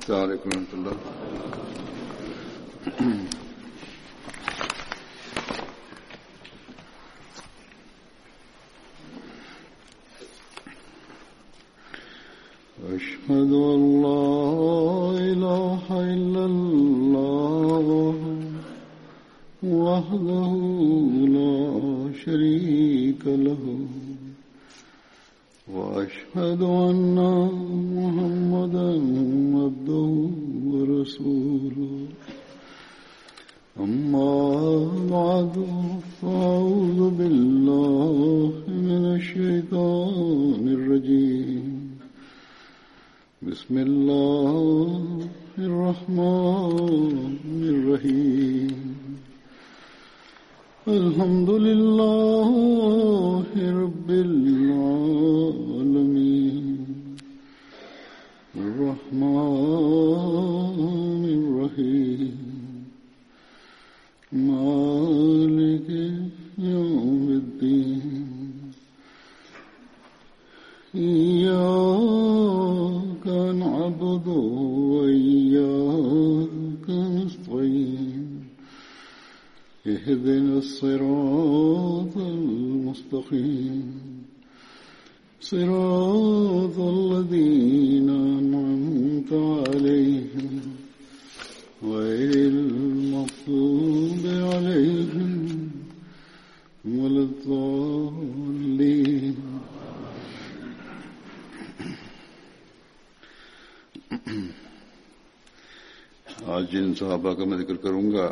Aleyküm rahmetullah. أشهد أن لا إله إلا الله وحده لا شريك له وأشهد أن محمدا عبده ورسوله أما بعد فأعوذ بالله من الشيطان الرجيم بسم الله الرحمن الرحيم الحمد لله رب العالمين الرحمن الرحيم مالك يوم الدين إياك نعبد وإياك نستعين اهدنا الصراط المستقيم صراط الذين أنعمت عليهم غير المغضوب عليهم ولا الضالين. आज जिन सहाबा का मैं जिक्र करूंगा,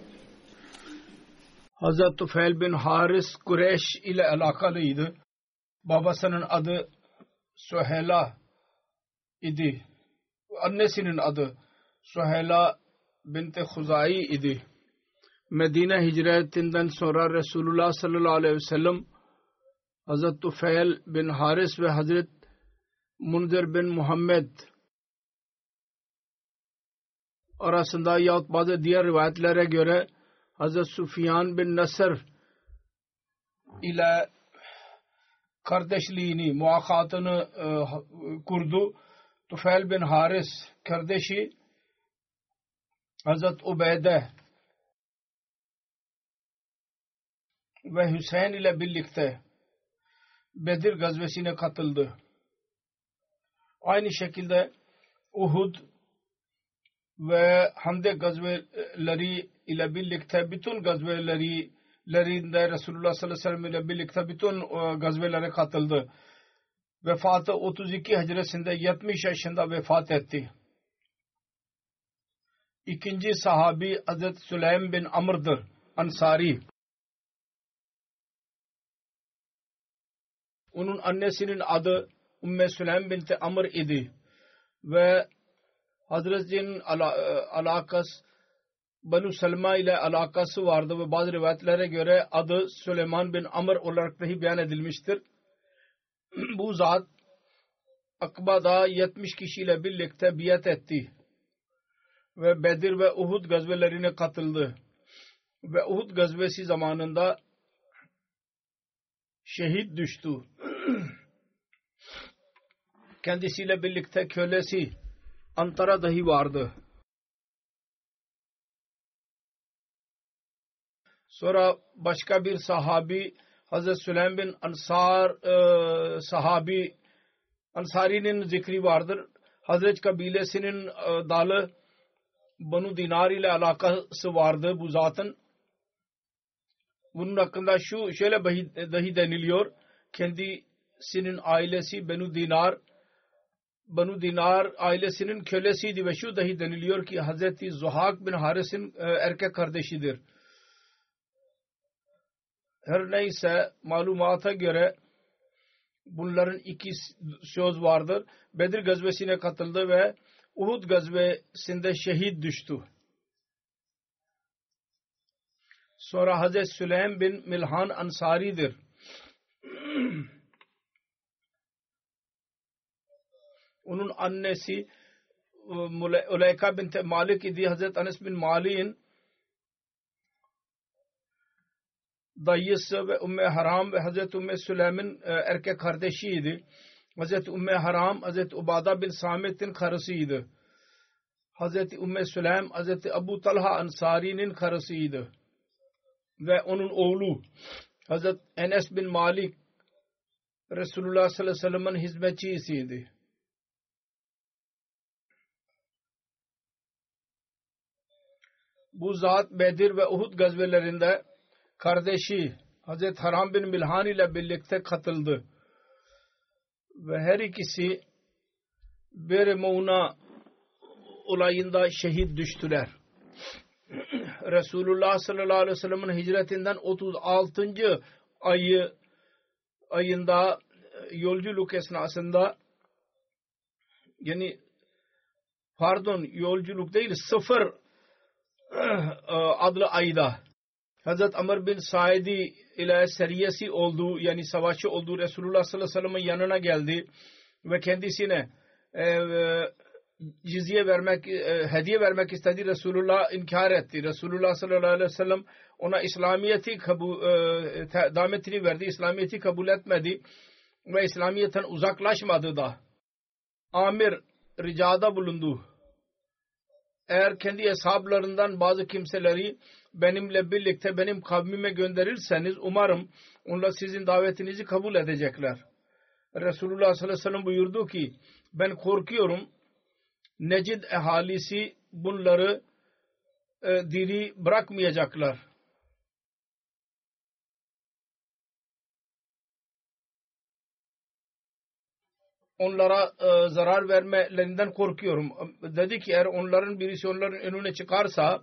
Hazrat Tufayl bin Haris Kureyş ile alakalıydı. Babasının adı Süheyla idi. Annesinin adı Süheyla binti Huzai idi. Medine hicretinden sonra Resulullah sallallahu aleyhi ve sellem Hazrat Tufayl bin Haris ve Hazret Munzir bin Muhammed arasında yahut bazı diğer rivayetlere göre Hazret Sufyan bin Nasr ile kardeşliğini, muakatını kurdu. Tufayl bin Haris kardeşi Hazret Ubeyde ve Hüseyin ile birlikte Bedir gazvesine katıldı. Aynı şekilde Uhud ve Handek gazveleri ile birlikte bütün gazvelerinde Resulullah sallallahu aleyhi ve sellem ile birlikte bütün gazvelere katıldı. Vefatı 32 hicresinde 70 yaşında vefat etti. İkinci sahabi Hazret Süleym bin Amr'dır, Ansari. Onun annesinin adı Ümmü Süleym binti Amr idi ve Hazret'in alakası Banu Selma ile alakası vardı ve bazı rivayetlere göre adı Süleyman bin Amr olarak dahi beyan edilmiştir. Bu zat Akba'da 70 kişiyle birlikte biat etti ve Bedir ve Uhud gazvelerine katıldı ve Uhud gazvesi zamanında şehit düştü. Kendisiyle birlikte kölesi Antara dahi vardı. Sonra başka bir sahabi Hazret Süleym bin sahabi Ansari'nin zikri vardır. Hazret kabilesinin dalı Banu Dinar ile alakası vardı bu zatın. Bunun hakkında şöyle dahi deniliyor. Kendisinin ailesi Banu Dinar ailesinin kölesiydi ve şu dahi deniliyor ki Hazreti Zuhak bin Haris'in erkek kardeşidir. Her neyse malumata göre bunların iki söz vardır. Bedir gazvesine katıldı ve Uhud gazvesinde şehit düştü. Sonra Hazreti Süleym bin Milhan Ansari'dir. Onun annesi Uleyka binti Malik idi. Hazreti Anas bin Malik'in dayısı ve Ümmü Haram ve Hazreti Ümmü Süleym'in erkek kardeşiydi. Hazreti Ümmü Haram Hazreti Ubada bin Samit'in karısıydı. Hazreti Ümmü Süleym Hazreti Ebu Talha Ansari'nin karısıydı ve onun oğlu Hazreti Enes bin Malik Resulullah sallallahu aleyhi ve sellem'in hizmetçisiydi. Bu zat Bedir ve Uhud gazvelerinde kardeşi Hazreti Haram bin Milhan ile birlikte katıldı ve her ikisi Bir Mu'na olayında şehit düştüler. Resulullah sallallahu aleyhi ve sellem'in hicretinden 36. ayında yolculuk esnasında yolculuk değil 0 adlı ayda Hazret Amr bin Saidi ile seriyesi olduğu yani savaşı olduğu Resulullah sallallahu aleyhi ve sellem'in yanına geldi ve kendisine hediye vermek istedi. Resulullah inkar etti. Resulullah sallallahu aleyhi ve sellem ona İslamiyet'i davetini verdi. İslamiyet'i kabul etmedi ve İslamiyet'ten uzaklaşmadı da. Amir ricada bulundu. Eğer kendi hesaplarından bazı kimseleri benimle birlikte benim kavmime gönderirseniz umarım onlar sizin davetinizi kabul edecekler. Resulullah sallallahu aleyhi ve sellem buyurdu ki ben korkuyorum Necid ahalisi bunları diri bırakmayacaklar. Onlara zarar vermelerinden korkuyorum. Dedi ki eğer onların birisi onların önüne çıkarsa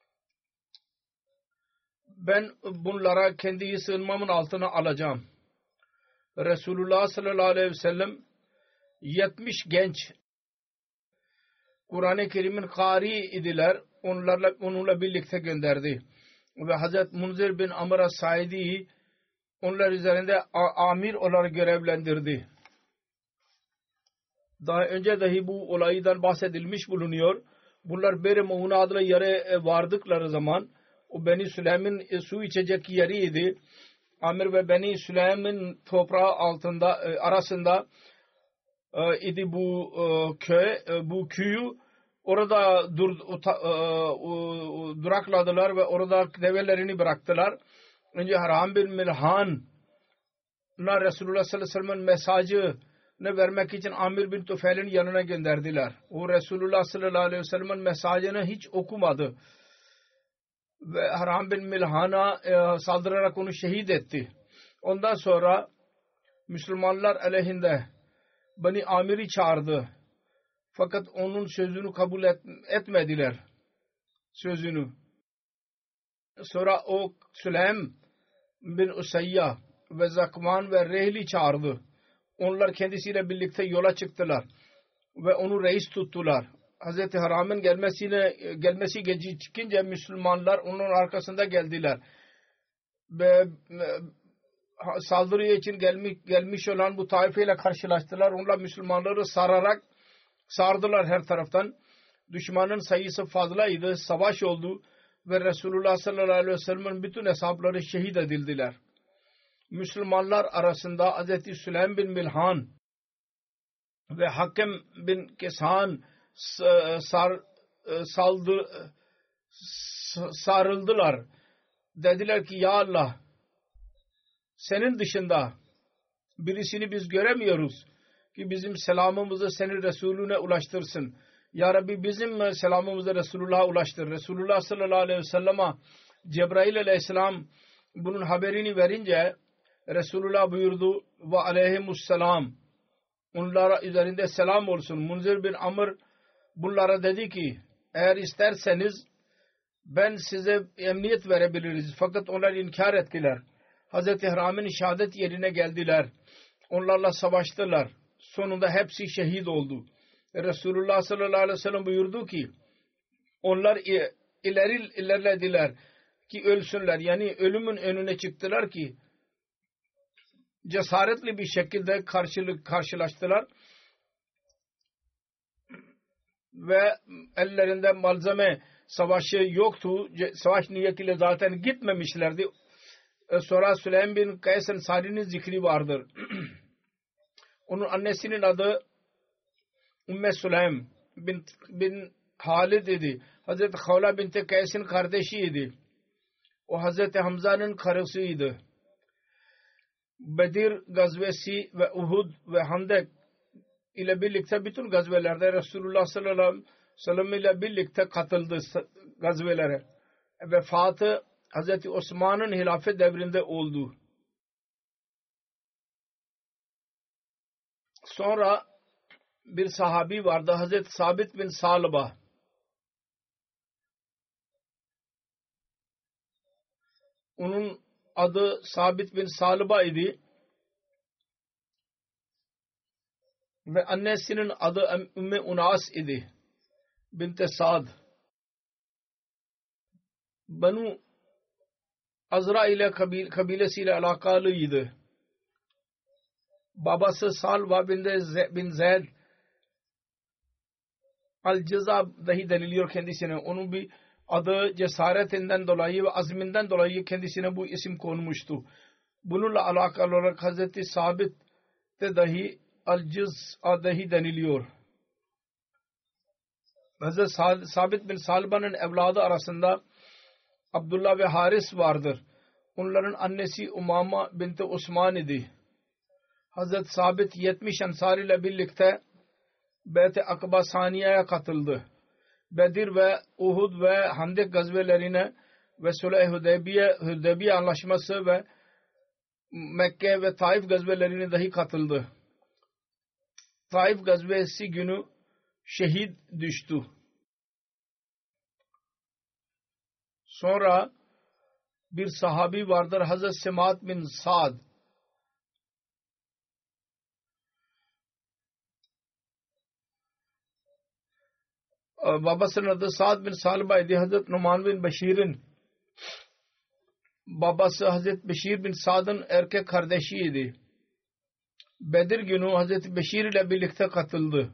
ben bunlara kendi sığınmamın altına alacağım. Resulullah sallallahu aleyhi ve sellem 70 genç Kur'an-ı Kerim'in kari idiler. Onunla birlikte gönderdi. Ve Hazret Munzir bin Amr as-Saidi'yi onlar üzerinde amir olarak görevlendirdi. Daha önce dahi bu olaydan bahsedilmiş bulunuyor. Bunlar Bir Mu'na adlı yere vardıkları zaman o Beni Süleym'in su içecek yeriydi. Amir ve Beni Süleym'in toprağı arasında idi bu köy, bu köyü. Orada durakladılar ve orada develerini bıraktılar. Önce Haram bin Milhan'a Resulullah sallallahu aleyhi ve sellem'in mesajını vermek için Amir bin Tufail'in yanına gönderdiler. O Resulullah sallallahu aleyhi ve sellem'in mesajını hiç okumadı. Ve Haram bin Milhan'a saldırarak onu şehit etti. Ondan sonra Müslümanlar aleyhinde Bani Amir'i çağırdı. Fakat onun sözünü kabul etmediler. Sözünü. Sonra o Süleym bin Usayya ve Zakvan ve Rehli çağırdı. Onlar kendisiyle birlikte yola çıktılar. Ve onu reis tuttular. Hazreti Haram'ın gelmesi gecikince Müslümanlar onun arkasında geldiler. Ve saldırıya için gelmiş olan bu taifeyle karşılaştılar. Onlar Müslümanları sardılar her taraftan. Düşmanın sayısı fazlaydı. Savaş oldu ve Resulullah sallallahu aleyhi ve sellem'in bütün hesapları şehit edildiler. Müslümanlar arasında Hazreti Süleym bin Milhan ve Hakem bin Kesan sarıldılar. Dediler ki ya Allah senin dışında birisini biz göremiyoruz ki bizim selamımızı senin Resulüne ulaştırsın. Ya Rabbi bizim selamımızı Resulullah'a ulaştır. Resulullah sallallahu aleyhi ve sellem'e Cebrail aleyhisselam bunun haberini verince Resulullah buyurdu ve aleyhimusselam onlara üzerinde selam olsun. Munzir bin Amr bunlara dedi ki eğer isterseniz ben size emniyet verebiliriz. Fakat onlar inkar ettiler. Hazreti Haram'ın şehadet yerine geldiler. Onlarla savaştılar. Sonunda hepsi şehit oldu. Resulullah sallallahu aleyhi ve sellem buyurdu ki onlar ilerlediler ki ölsünler. Yani ölümün önüne çıktılar ki cesaretli bir şekilde karşılaştılar ve ellerinde malzeme savaşı yoktu. Savaş niyetiyle zaten gitmemişlerdi. Sonra Süleym bin Kays Ensari'nin zikri vardır. Onun annesinin adı Ümmü Süleym bin Halid idi. Hazreti Havla binti Kays'in kardeşiydi. O Hazreti Hamza'nın karısıydı. Bedir gazvesi ve Uhud ve Handek ile birlikte bütün gazvelerde Resulullah sallallahu aleyhi ve sellem ile birlikte katıldı gazvelere. Vefatı Hazreti Osman'ın hilafet devrinde oldu. Sonra bir sahabi vardı, Hazreti Sabit bin Salba. Onun adı Sabit bin Salba idi ve annesinin adı Ümmü Unas idi. Bint-i Sad. Banu Azra ile kabilesiyle alakalıydı. Babası Salva bin Zeyd Al-Cıza dahi deniliyor kendisine. Onun bir adı cesaretinden dolayı ve azminden dolayı kendisine bu isim konmuştu. Bununla alakalı olarak Hazreti Sabit'te dahi Al-Cıza dahi deniliyor. Hazreti Sabit bin Salba'nın evladı arasında Abdullah ve Haris vardır. Onların annesi Umama binti Osman idi. Hazreti Sabit 70 Ensar ile birlikte Beyt-i Akba Saniye'ye katıldı. Bedir ve Uhud ve Handek gazvelerine ve Sulh-i Hudeybiye anlaşması ve Mekke ve Taif gazvelerine dahi katıldı. Taif gazvesi günü şehit düştü. Sonra bir sahabi vardır, Hazreti Simat bin Sa'd. Babasının adı Sa'd bin Salba idi. Hazreti Numan bin Beşir'in babası Hazreti Beşir bin Sa'd'ın erkek kardeşiydi. Bedir günü Hazreti Beşir ile birlikte katıldı.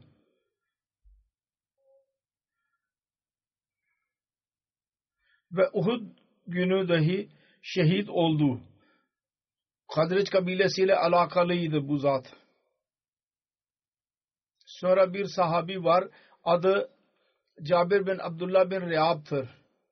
Ve Uhud günü dahi şehit oldu. Kadreç kabilesiyle alakalıydı bu zat. Sonra bir sahabi var. Adı Cabir bin Abdullah bin Riyab'tır.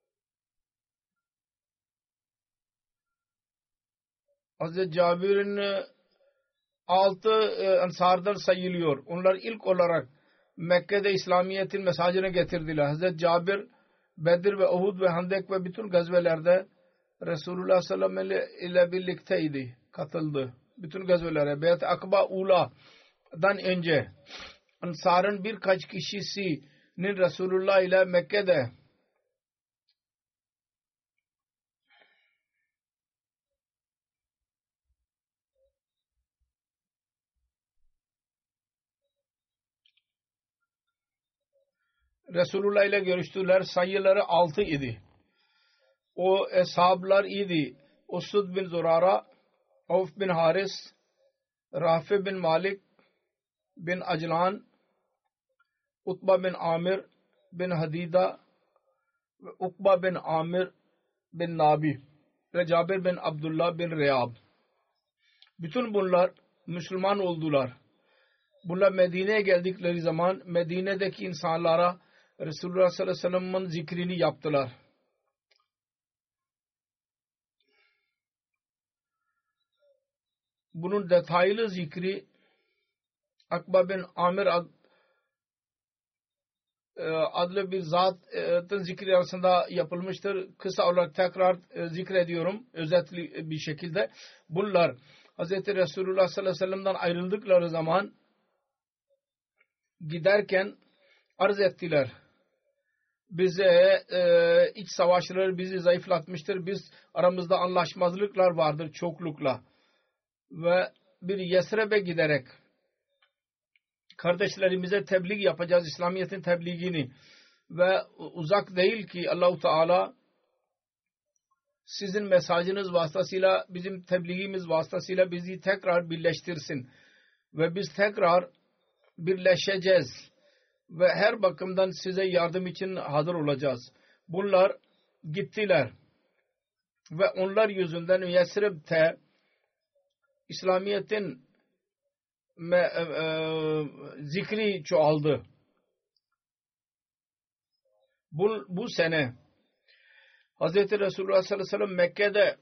Hazreti Cabir'in 6 ensardan sayılıyor. Onlar ilk olarak Mekke'de İslamiyet'in mesajını getirdiler. Hazreti Cabir Bedir ve Uhud ve Handek ve bütün gazvelerde Resulullah sallallahu aleyhi ve sellem ile birlikteydi. Katıldı. Bütün gazvelere. Beyt-i Akba Ula'dan önce Ensar'ın birkaç kişisinin Resulullah ile Mekke'de Resulullah ile görüştüler. Sayıları 6 idi. O eshablar idi. Usud bin Zurara, Avf bin Haris, Rafi bin Malik bin Aclan, Utba bin Amir bin Hadida ve Ukba bin Amir bin Nabi ve Cabir bin Abdullah bin Riyab. Bütün bunlar Müslüman oldular. Bunlar Medine'ye geldikleri zaman Medine'deki insanlara Resulullah sallallahu aleyhi ve sellem'in zikrini yaptılar. Bunun detaylı zikri Akba bin Amir adlı bir zatın zikri arasında yapılmıştır. Kısa olarak tekrar zikrediyorum özetli bir şekilde. Bunlar Hz. Resulullah sallallahu aleyhi ve sellem'den ayrıldıkları zaman giderken arz ettiler. Bize iç savaşları bizi zayıflatmıştır. Biz aramızda anlaşmazlıklar vardır çoklukla. Ve bir Yesreb'e giderek kardeşlerimize tebliğ yapacağız, İslamiyet'in tebliğini. Ve uzak değil ki Allah-u Teala sizin mesajınız vasıtasıyla, bizim tebliğimiz vasıtasıyla bizi tekrar birleştirsin. Ve biz tekrar birleşeceğiz. Ve her bakımdan size yardım için hazır olacağız. Bunlar gittiler. Ve onlar yüzünden Yesrib'te İslamiyet'in zikri çoğaldı. Bu sene Hz. Resulullah sallallahu aleyhi ve sellem Mekke'de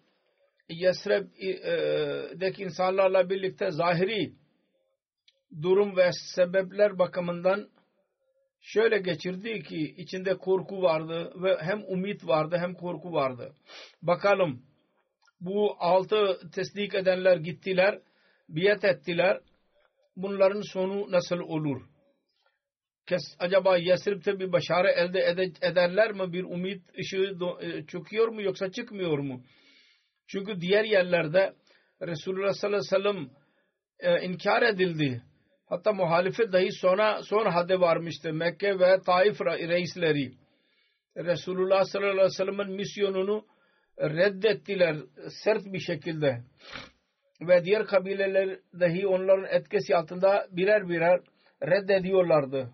Yesrib'deki insanlarla birlikte zahiri durum ve sebepler bakımından şöyle geçirdi ki içinde korku vardı ve hem umut vardı hem korku vardı. Bakalım bu 6 tasdik edenler gittiler, biat ettiler. Bunların sonu nasıl olur? Acaba Yesrib'te bir başarı elde ederler mi? Bir umut ışığı çıkıyor mu yoksa çıkmıyor mu? Çünkü diğer yerlerde Resulullah sallallahu aleyhi ve sellem inkar edildi. Hatta muhalefet dahi son hadde varmıştı. Mekke ve Taif reisleri Resulullah sallallahu aleyhi ve sellem'in misyonunu reddettiler sert bir şekilde. Ve diğer kabileler dahi onların etkisi altında birer birer reddediyorlardı.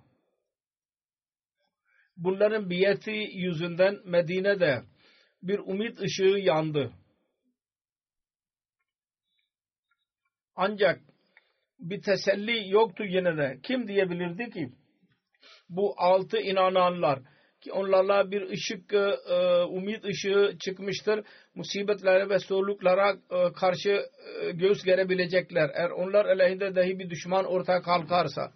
Bunların biyeti yüzünden Medine'de bir umut ışığı yandı. Ancak bir teselli yoktu yine de. Kim diyebilirdi ki bu 6 inananlar ki onlarla bir ışık, umut ışığı çıkmıştır. Musibetlere ve zorluklara karşı göğüs gerebilecekler. Eğer onlar aleyhinde dahi bir düşman ortaya kalkarsa.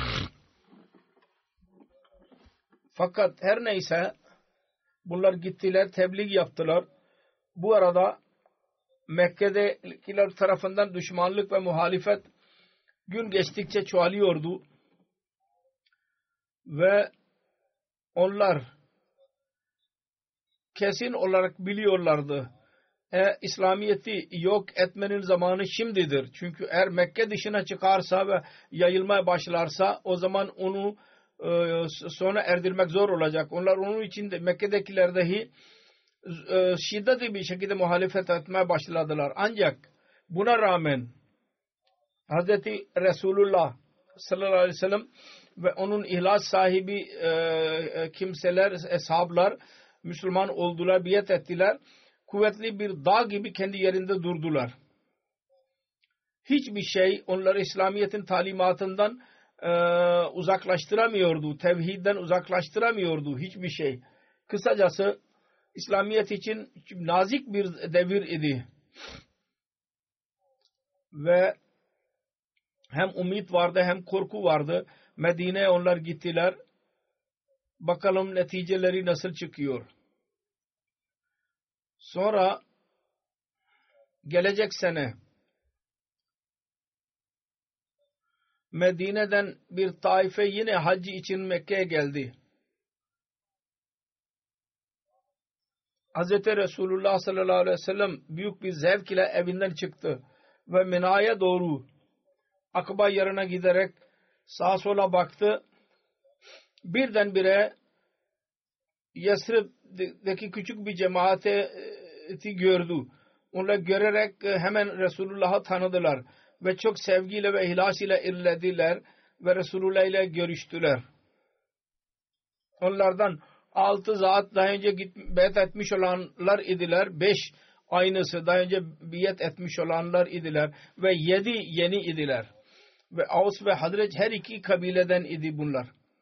Fakat her neyse bunlar gittiler, tebliğ yaptılar. Bu arada Mekke'dekiler tarafından düşmanlık ve muhalefet gün geçtikçe çoğalıyordu. Ve onlar kesin olarak biliyorlardı. İslamiyet'i yok etmenin zamanı şimdidir. Çünkü eğer Mekke dışına çıkarsa ve yayılmaya başlarsa o zaman onu sona erdirmek zor olacak. Onlar onun için de Mekke'dekiler dahi şiddetli bir şekilde muhalefet etmeye başladılar. Ancak buna rağmen Hz. Resulullah sallallahu aleyhi ve sellem ve onun ihlas sahibi kimseler, eshablar Müslüman oldular, biat ettiler. Kuvvetli bir dağ gibi kendi yerinde durdular. Hiçbir şey onları İslamiyet'in talimatından uzaklaştıramıyordu. Tevhidden uzaklaştıramıyordu hiçbir şey. Kısacası İslamiyet için nazik bir devir idi. Ve hem umut vardı hem korku vardı. Medine'ye onlar gittiler. Bakalım neticeleri nasıl çıkıyor. Sonra gelecek sene Medine'den bir taife yine hac için Mekke'ye geldi. Hz. Resulullah sallallahu aleyhi ve sellem büyük bir zevk ile evinden çıktı ve Mina'ya doğru Akba yerine giderek sağa sola baktı. Birdenbire Yesrib'deki küçük bir cemaati gördü. Onları görerek hemen Resulullah'ı tanıdılar ve çok sevgiyle ve ihlas ile irlediler ve Resulullah ile görüştüler. Onlardan 6 zat daha önce biat etmiş olanlar idiler. 5 aynısı daha önce biat etmiş olanlar idiler. Ve 7 yeni idiler. Ve Avs ve Hazreç her iki kabileden idi bunlar.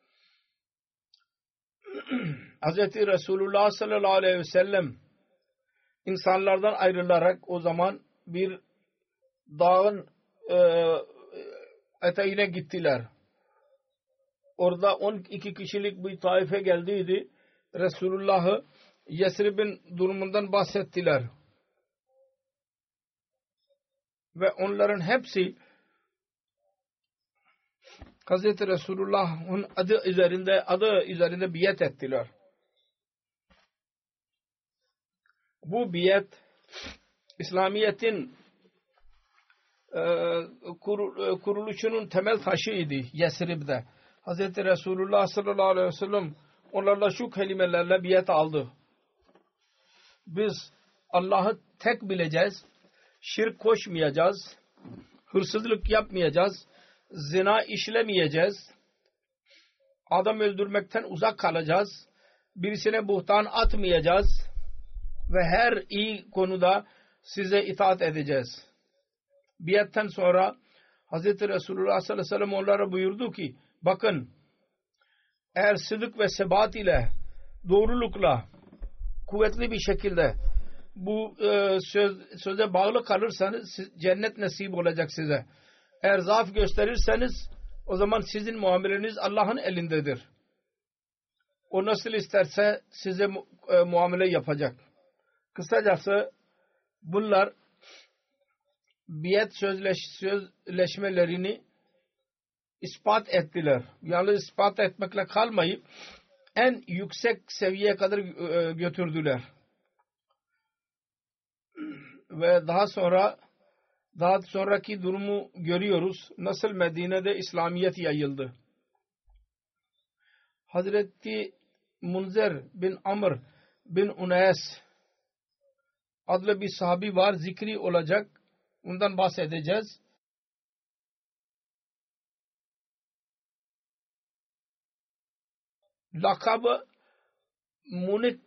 Hz. Resulullah sallallahu aleyhi ve sellem insanlardan ayrılarak o zaman bir dağın eteğine gittiler. Orada 12 kişilik bir taife geldiydi. Resulullah'ı Yesrib'in durumundan bahsettiler. Ve onların hepsi Hz. Resulullah'ın adı üzerinde biat ettiler. Bu biat İslamiyet'in kuruluşunun temel taşı idi Yesrib'de. Hz. Resulullah sallallahu aleyhi ve sellem onlarla şu kelimelerle biat aldı. Biz Allah'ı tek bileceğiz, şirk koşmayacağız, hırsızlık yapmayacağız, zina işlemeyeceğiz, adam öldürmekten uzak kalacağız, birisine buhtan atmayacağız ve her iyi konuda size itaat edeceğiz. Biatten sonra Hz. Resulullah sallallahu aleyhi ve sellem onlara buyurdu ki bakın eğer sıdık ve sebat ile doğrulukla kuvvetli bir şekilde bu söze bağlı kalırsanız cennet nasip olacak size. Eğer zaaf gösterirseniz o zaman sizin muameleniz Allah'ın elindedir. O nasıl isterse size muamele yapacak. Kısacası bunlar biat sözleşmelerini ispat ettiler. Yalnız ispat etmekle kalmayıp en yüksek seviyeye kadar götürdüler. Ve daha sonraki durumu görüyoruz. Nasıl Medine'de İslamiyet yayıldı. Hazreti Munzer bin Amr bin Unays adlı bir sahabi var. Zikri olacak. Ondan bahsedeceğiz. Lakabı Munik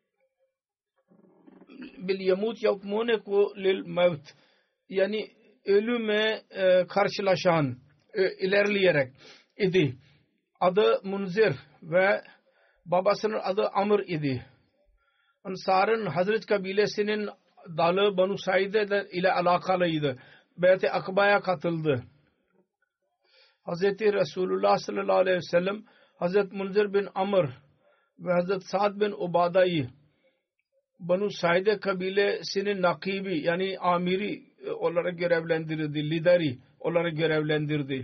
bil yamut yahut muniku lil mevt, yani ölüme karşılaşan, ilerleyerek idi. Adı Munzir ve babasının adı Amr idi. Ansar'ın Hazret kabilesinin dalı Banu Saide ile alakalıydı. Beyt-i Akba'ya katıldı. Hazreti Resulullah sallallahu aleyhi ve sellem Hazret Munzir bin Amr ve Hazret Sa'd bin Ubada'yı Banu Saide kabilesinin nakibi, yani amiri olarak görevlendirdi, lideri olarak görevlendirdi.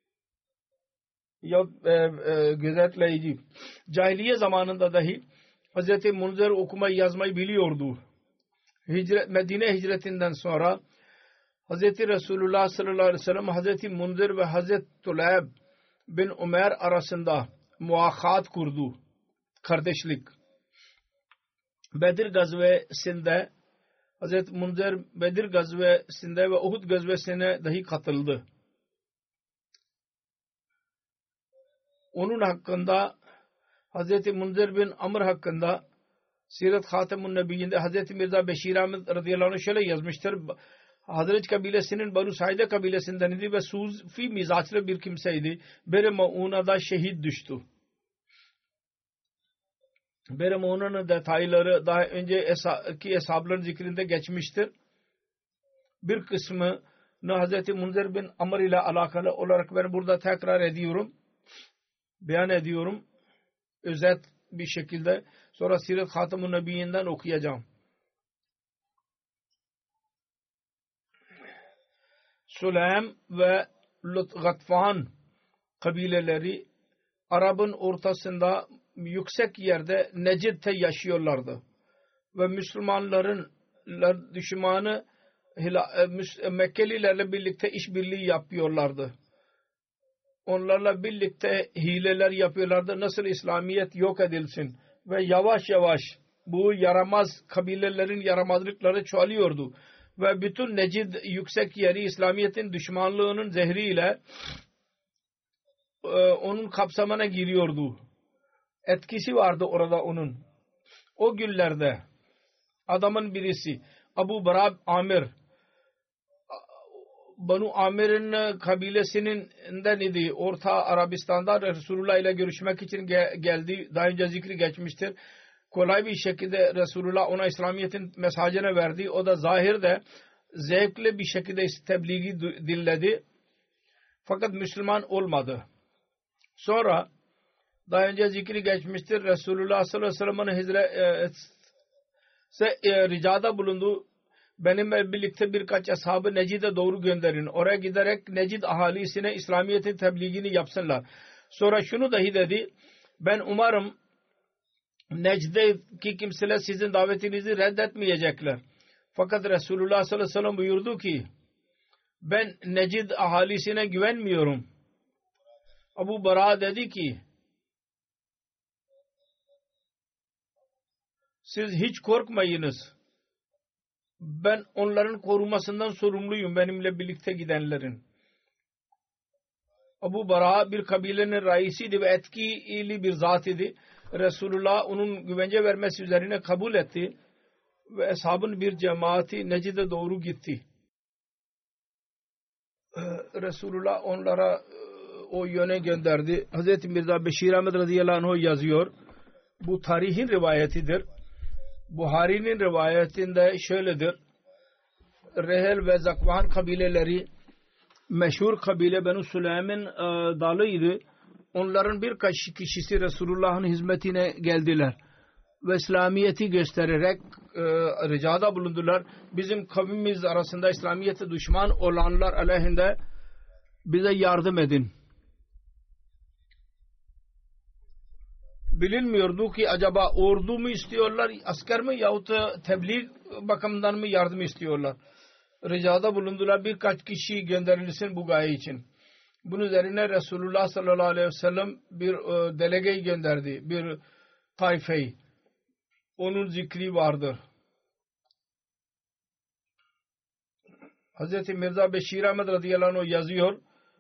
Ya gözetleyici. Cahiliye zamanında dahi Hz. Munzir okumayı yazmayı biliyordu. Medine hicretinden sonra Hz. Resulullah sallallahu aleyhi ve sellem Hz. Munzir ve Hz. Tulab bin Umer arasında muahat kurdu. Kardeşlik. Bedir gazvesinde Hz. Munzir Bedir gazvesinde ve Uhud gazvesine dahi katıldı. Onun hakkında Hz. Munzir bin Amr hakkında Sirat Hatemun Nebiyinde Hz. Mirza Beşir Ahmet radıyallahu anh şöyle yazmıştır. Hazret kabilesinin Banu Saide kabilesinden idi ve Sufi mizaçlı bir kimseydi. Bere Mauna'da şehit düştü. Bere Mauna'nın detayları daha önceki hesapların zikrinde geçmiştir. Bir kısmını Hz. Munzir bin Amr ile alakalı olarak ben burada tekrar ediyorum. Beyan ediyorum. Özet bir şekilde. Sonra Sirat Hatemun Nebiyyinden okuyacağım. Sulaym ve Gatfan kabileleri Arap'ın ortasında yüksek yerde Necid'te yaşıyorlardı. Ve Müslümanların düşmanı Mekkelilerle birlikte işbirliği yapıyorlardı. Onlarla birlikte hileler yapıyorlardı. Nasıl İslamiyet yok edilsin. Ve yavaş yavaş bu yaramaz kabilelerin yaramazlıkları çoğalıyordu. Ve bütün Necid yüksek yeri İslamiyet'in düşmanlığının zehriyle onun kapsamına giriyordu. Etkisi vardı orada onun. O günlerde adamın birisi Abu Barab Amir, Banu Amir'in kabilesinden idi. Orta Arabistan'da Resulullah ile görüşmek için geldi. Daha önce zikri geçmiştir. Kolay bir şekilde Resulullah ona İslamiyet'in mesajını verdi. O da zahirde zevkli bir şekilde tebliği dinledi. Fakat Müslüman olmadı. Sonra daha önce zikri geçmiştir. Resulullah sallallahu aleyhi ve sellem'in ricada bulundu. Benimle birlikte birkaç ashabı Necid'e doğru gönderin. Oraya giderek Necid ahalisine İslamiyet'in tebliğini yapsınlar. Sonra şunu dahi dedi. Ben umarım Necd'deki kimseler sizin davetinizi reddetmeyecekler. Fakat Resulullah sallallahu aleyhi ve sellem buyurdu ki ben Necid ahalisine güvenmiyorum. Abu Bara dedi ki siz hiç korkmayınız. Ben onların korumasından sorumluyum, benimle birlikte gidenlerin. Abu Bara bir kabilenin raisiydi ve etkili bir zat idi. Resulullah onun güvence vermesi üzerine kabul etti ve ashabın bir cemaati Necid'e doğru gitti. Resulullah onlara o yöne gönderdi. Hz. Mirza Beşir Ahmet radıyallahu anh yazıyor. Bu tarihin rivayetidir. Buhari'nin rivayetinde şöyledir. Rehel ve Zakvan kabileleri meşhur kabile Benu Süleym'in dalıydı. Onların birkaç kişisi Resulullah'ın hizmetine geldiler ve İslamiyet'i göstererek ricada bulundular. Bizim kavmimiz arasında İslamiyet'e düşman olanlar aleyhinde bize yardım edin. Bilinmiyordu ki acaba ordu mu istiyorlar, asker mi yahut tebliğ bakımından mı yardım istiyorlar. Ricada bulundular, birkaç kişi gönderilsin bu gaye için. Bunun üzerine Resulullah sallallahu aleyhi ve sellem bir delegeyi gönderdi, bir taifeyi. Onun zikri vardır. Hz. Mirza Beşir Ahmet radıyallahu anh yazıyor.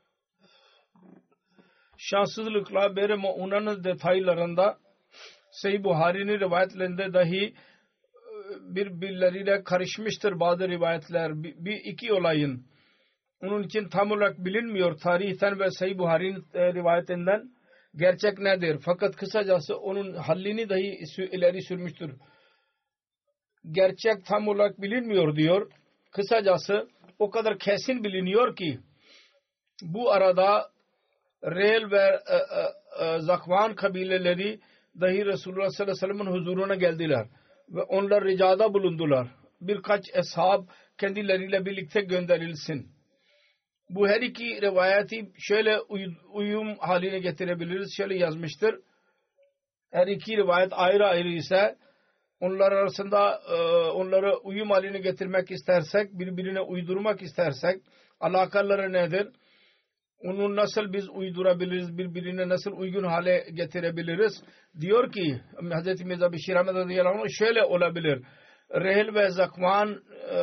Şanssızlıkla beri onun detaylarında Sahih Buhari'nin rivayetlerinde dahi birbirleriyle karışmıştır bazı rivayetler. Bir iki olayın. Onun için tam olarak bilinmiyor tarihten ve Sahih Buhari'nin rivayetinden gerçek nedir. Fakat kısacası onun hallini dahi ileri sürmüştür. Gerçek tam olarak bilinmiyor diyor. Kısacası o kadar kesin biliniyor ki bu arada Reel ve Zakvan kabileleri dahi Resulullah sallallahu aleyhi ve sellem'in huzuruna geldiler ve onlar ricada bulundular. Birkaç ashab kendileriyle birlikte gönderilsin. Bu her iki rivayeti şöyle uyum haline getirebiliriz. Şöyle yazmıştır. Her iki rivayet ayrı ayrı ise onlar arasında onları uyum haline getirmek istersek, birbirine uydurmak istersek alakaları nedir? Onu nasıl biz uydurabiliriz, birbirine nasıl uygun hale getirebiliriz? Diyor ki Hz. Mirza Beşir Ahmet radıyallahu anh şöyle olabilir. Rehel ve Zakvan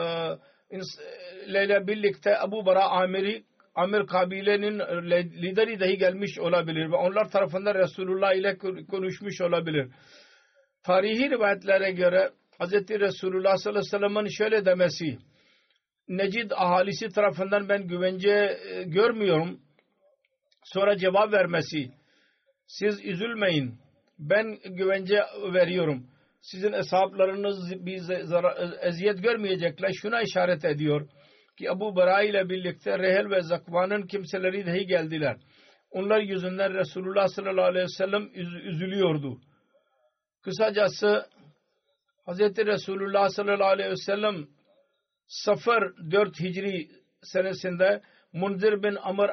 ile birlikte Ebu Bara Amir kabilenin lideri dahi gelmiş olabilir ve onlar tarafından Resulullah ile konuşmuş olabilir. Tarihi rivayetlere göre Hz. Resulullah sallallahu aleyhi ve sellem'in şöyle demesi, Necid ahalisi tarafından ben güvence görmüyorum. Sonra cevap vermesi, siz üzülmeyin, ben güvence veriyorum. Sizin hesaplarınız bir eziyet görmeyecekler. Şuna işaret ediyor ki Ebu Bara ile birlikte Rehel ve Zakvan'ın kimseleri dahi geldiler. Onlar yüzünden Resulullah sallallahu aleyhi ve sellem üzülüyordu. Kısacası Hz. Resulullah sallallahu aleyhi ve sellem Safar 4 Hicri senesinde Munzir bin Amr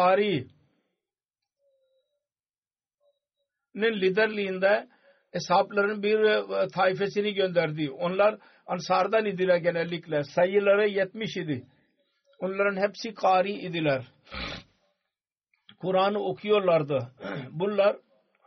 Ansari'nin liderliğinde eshapların bir taifesini gönderdi. Onlar Ansar'dan idiler genellikle. Sayıları 70 idi. Onların hepsi kari idiler. Kur'an'ı okuyorlardı. Bunlar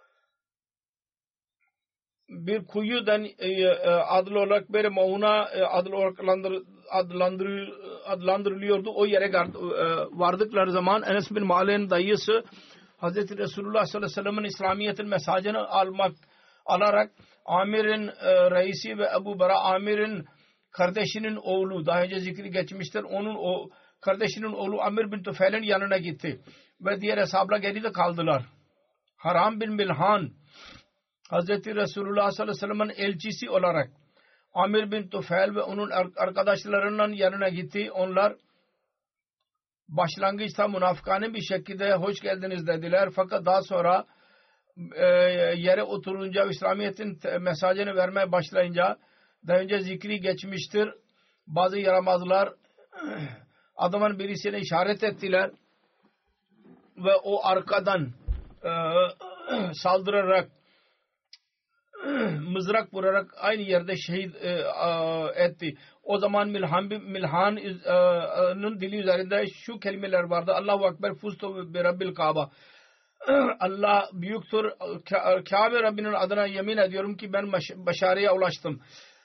bir kuyudan adlı olarak bir Mauna adlı olarak adlandırılıyordu. O yere vardıkları zaman Enes bin Malik'in dayısı Hz. Resulullah sallallahu aleyhi ve sellem'in İslamiyet'in mesajını alarak Amir'in reisi ve Ebu Bara Amir'in kardeşinin oğlu, daha önce zikri geçmiştir, onun kardeşinin oğlu Amir bin Tufel'in yanına gitti ve diğer hesapla geride kaldılar. Haram bin Milhan Hz. Resulullah sallallahu aleyhi ve sellem'in elçisi olarak Amir bin Tufel ve onun arkadaşlarının yanına gitti. Onlar başlangıçta münafıkane bir şekilde hoş geldiniz dediler. Fakat daha sonra yere oturunca İslamiyet'in mesajını vermeye başlayınca daha önce zikri geçmiştir. Bazı yaramazlar adamın birisine işaret ettiler ve o arkadan saldırarak mızrak vurarak aynı yerde şehit etti. O zaman Milhan'ın dili üzerinde şu kelimeler vardı. Allahu Ekber fustu bi Rabbil Kaaba. Allah büyüktür. Kabe Rabbinin adına yemin ediyorum ki ben başarıya ulaştım.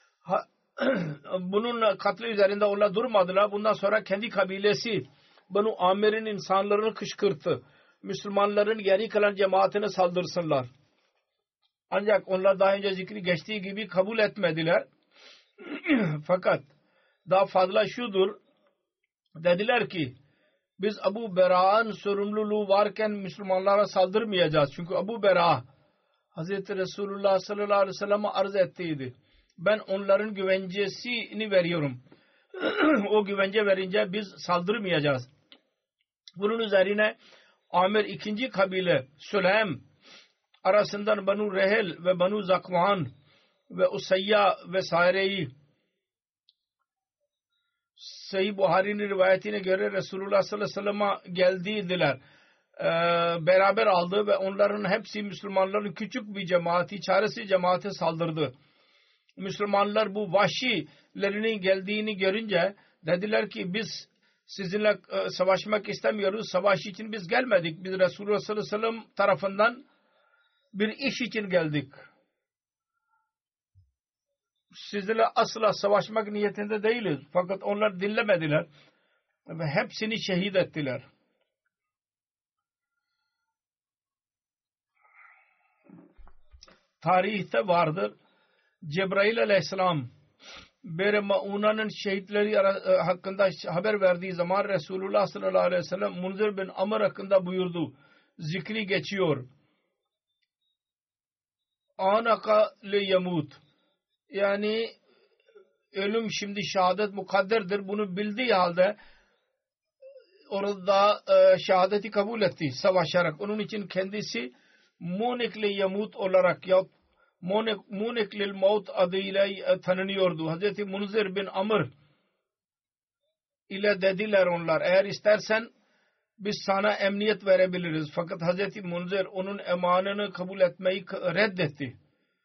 Bunun katli üzerinde onlar durmadılar. Bundan sonra kendi kabilesi Banu Amir'in insanlarını kışkırttı. Müslümanların geri kalan cemaatine saldırsınlar. Ancak onlar daha önce zikri geçtiği gibi kabul etmediler. Fakat daha fazla şudur. Dediler ki biz Ebu Bera'nın sorumluluğu varken Müslümanlara saldırmayacağız. Çünkü Ebu Bera Hazreti Resulullah sallallahu aleyhi ve sellem'e arz ettiydi. Ben onların güvencesini veriyorum. O güvence verince biz saldırmayacağız. Bunun üzerine Amir ikinci kabile Süleym arasından Banu Rehel ve Banu Zakvan ve Usayya vesaireyi Sahih Buhari'nin rivayetine göre Resulullah sallallahu aleyhi ve sellem'e geldiydiler. Beraber aldı ve onların hepsi Müslümanların küçük bir cemaati, çaresiz cemaate saldırdı. Müslümanlar bu vahşilerinin geldiğini görünce dediler ki biz sizinle savaşmak istemiyoruz. Savaş için biz gelmedik. Biz Resulullah sallallahu aleyhi ve sellem tarafından bir iş için geldik. Sizinle asla savaşmak niyetinde değiliz. Fakat onlar dinlemediler ve hepsini şehit ettiler. Tarihte vardır. Cebrail aleyhisselam Bere Mauna'nın şehitleri hakkında haber verdiği zaman Resulullah sallallahu aleyhi ve sellem Munzir bin Amr hakkında buyurdu. Zikri geçiyor. Anaka le yamut. Yani ölüm şimdi şehadet mukadderdir. Bunu bildiği halde orada şehadeti kabul etti savaşarak. Onun için kendisi Munik le yamut olarak ya Munik lil maut adıyla tanınıyordu. Hazreti Munzir bin Amr ile dediler onlar, eğer istersen biz sana emniyet verebiliriz. Fakat Hazreti Munzir onun emanını kabul etmeyi reddetti.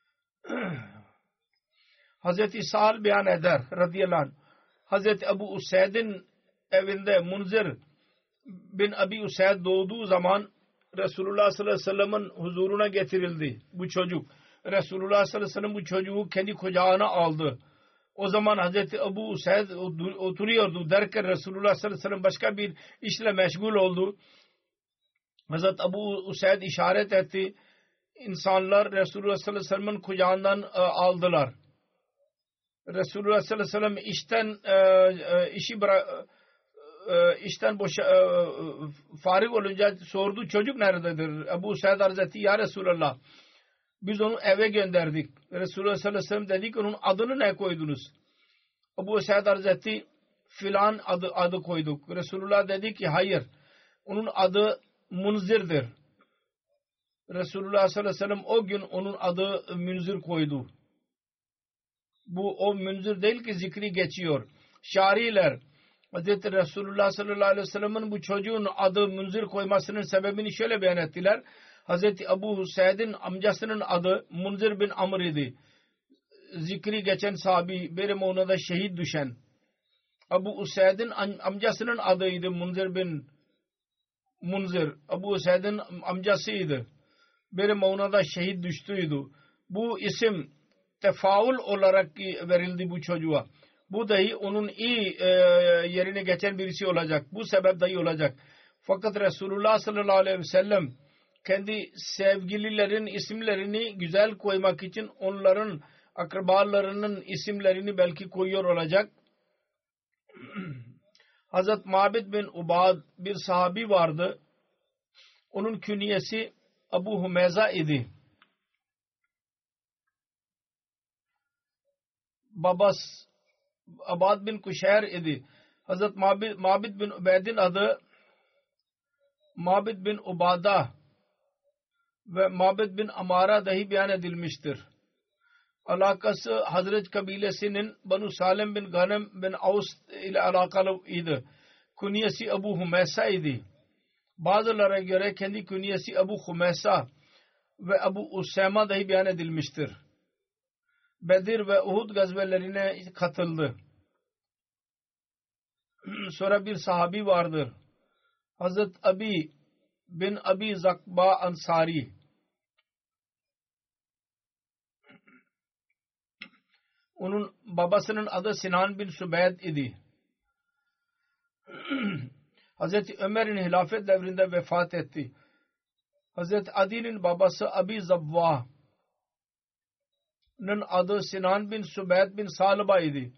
Hazreti Sa'al beyan eder radıyallahu anh. Hazreti Ebu Useyd'in evinde Munzir bin Abi Useyd doğduğu zaman Resulullah sallallahu aleyhi ve sellem'in huzuruna getirildi bu çocuk. Resulullah sallallahu aleyhi ve sellem bu çocuğu kendi kucağına aldı. O zaman Hazreti Ebu Useyd oturuyordu derken Resulullah sallallahu aleyhi ve sellem başka bir işle meşgul oldu. Hazreti Ebu Useyd işaret etti. İnsanlar Resulullah sallallahu aleyhi ve sellem'in kucağından aldılar. Resulullah sallallahu aleyhi ve sellem işten farik olunca sordu, çocuk nerededir? Ebu Useyd arz etti, ya Resulallah biz onu eve gönderdik. Resulullah sallallahu aleyhi ve sellem dedi ki onun adını ne koydunuz? Ebu Useyd arz etti, filan adı koyduk. Resulullah dedi ki hayır, onun adı Munzir'dir. Resulullah sallallahu aleyhi ve sellem o gün onun adı Munzir koydu. Bu o Munzir değil ki zikri geçiyor. Şariler Hazreti Resulullah sallallahu aleyhi ve sellem'in bu çocuğun adı Munzir koymasının sebebini şöyle beyan ettiler. Hazreti Ebu Useyd'in amcasının adı Munzir bin Amr idi. Zikri geçen sahabi, Bere Mauna'da şehit düşen. Ebu Useyd'in amcasının adıydı Munzir bin Munzir. Ebu Useyd'in amcasıydı. Bere Mauna'da şehit düştüydü. Bu isim tefaul olarak verildi bu çocuğa. Bu dahi onun iyi yerine geçen birisi olacak. Bu sebep dahi olacak. Fakat Resulullah sallallahu aleyhi ve sellem kendi sevgililerin isimlerini güzel koymak için onların akrabalarının isimlerini belki koyuyor olacak. Hazret Mabid bin Ubad bir sahabi vardı. Onun künyesi Abu Humeyza idi. Babası Abad bin Kuşeyr idi. Hazret Mabid bin Ubeyd'in adı Mabid bin Ubada ve Mabid bin Amara dahi beyan edilmiştir. Alakası Hazret kabilesinin Banu Salim bin Ghanem bin Aus ile alakalı idi. Künyesi Ebu Humeysa idi. Bazılara göre kendi künyesi Ebu Humeysa ve Ebu Usama dahi beyan edilmiştir. Bedir ve Uhud gazvelerine katıldı. Sonra bir sahabi vardır. Hazret Abi bin Abi Zakba Ansari. Onun babasının adı Sinan bin Sübeyd idi. Hazreti Ömer'in hilafet devrinde vefat etti. Hazreti Adi'nin babası Abi Zabva'nın adı Sinan bin Sübeyd bin Salba idi.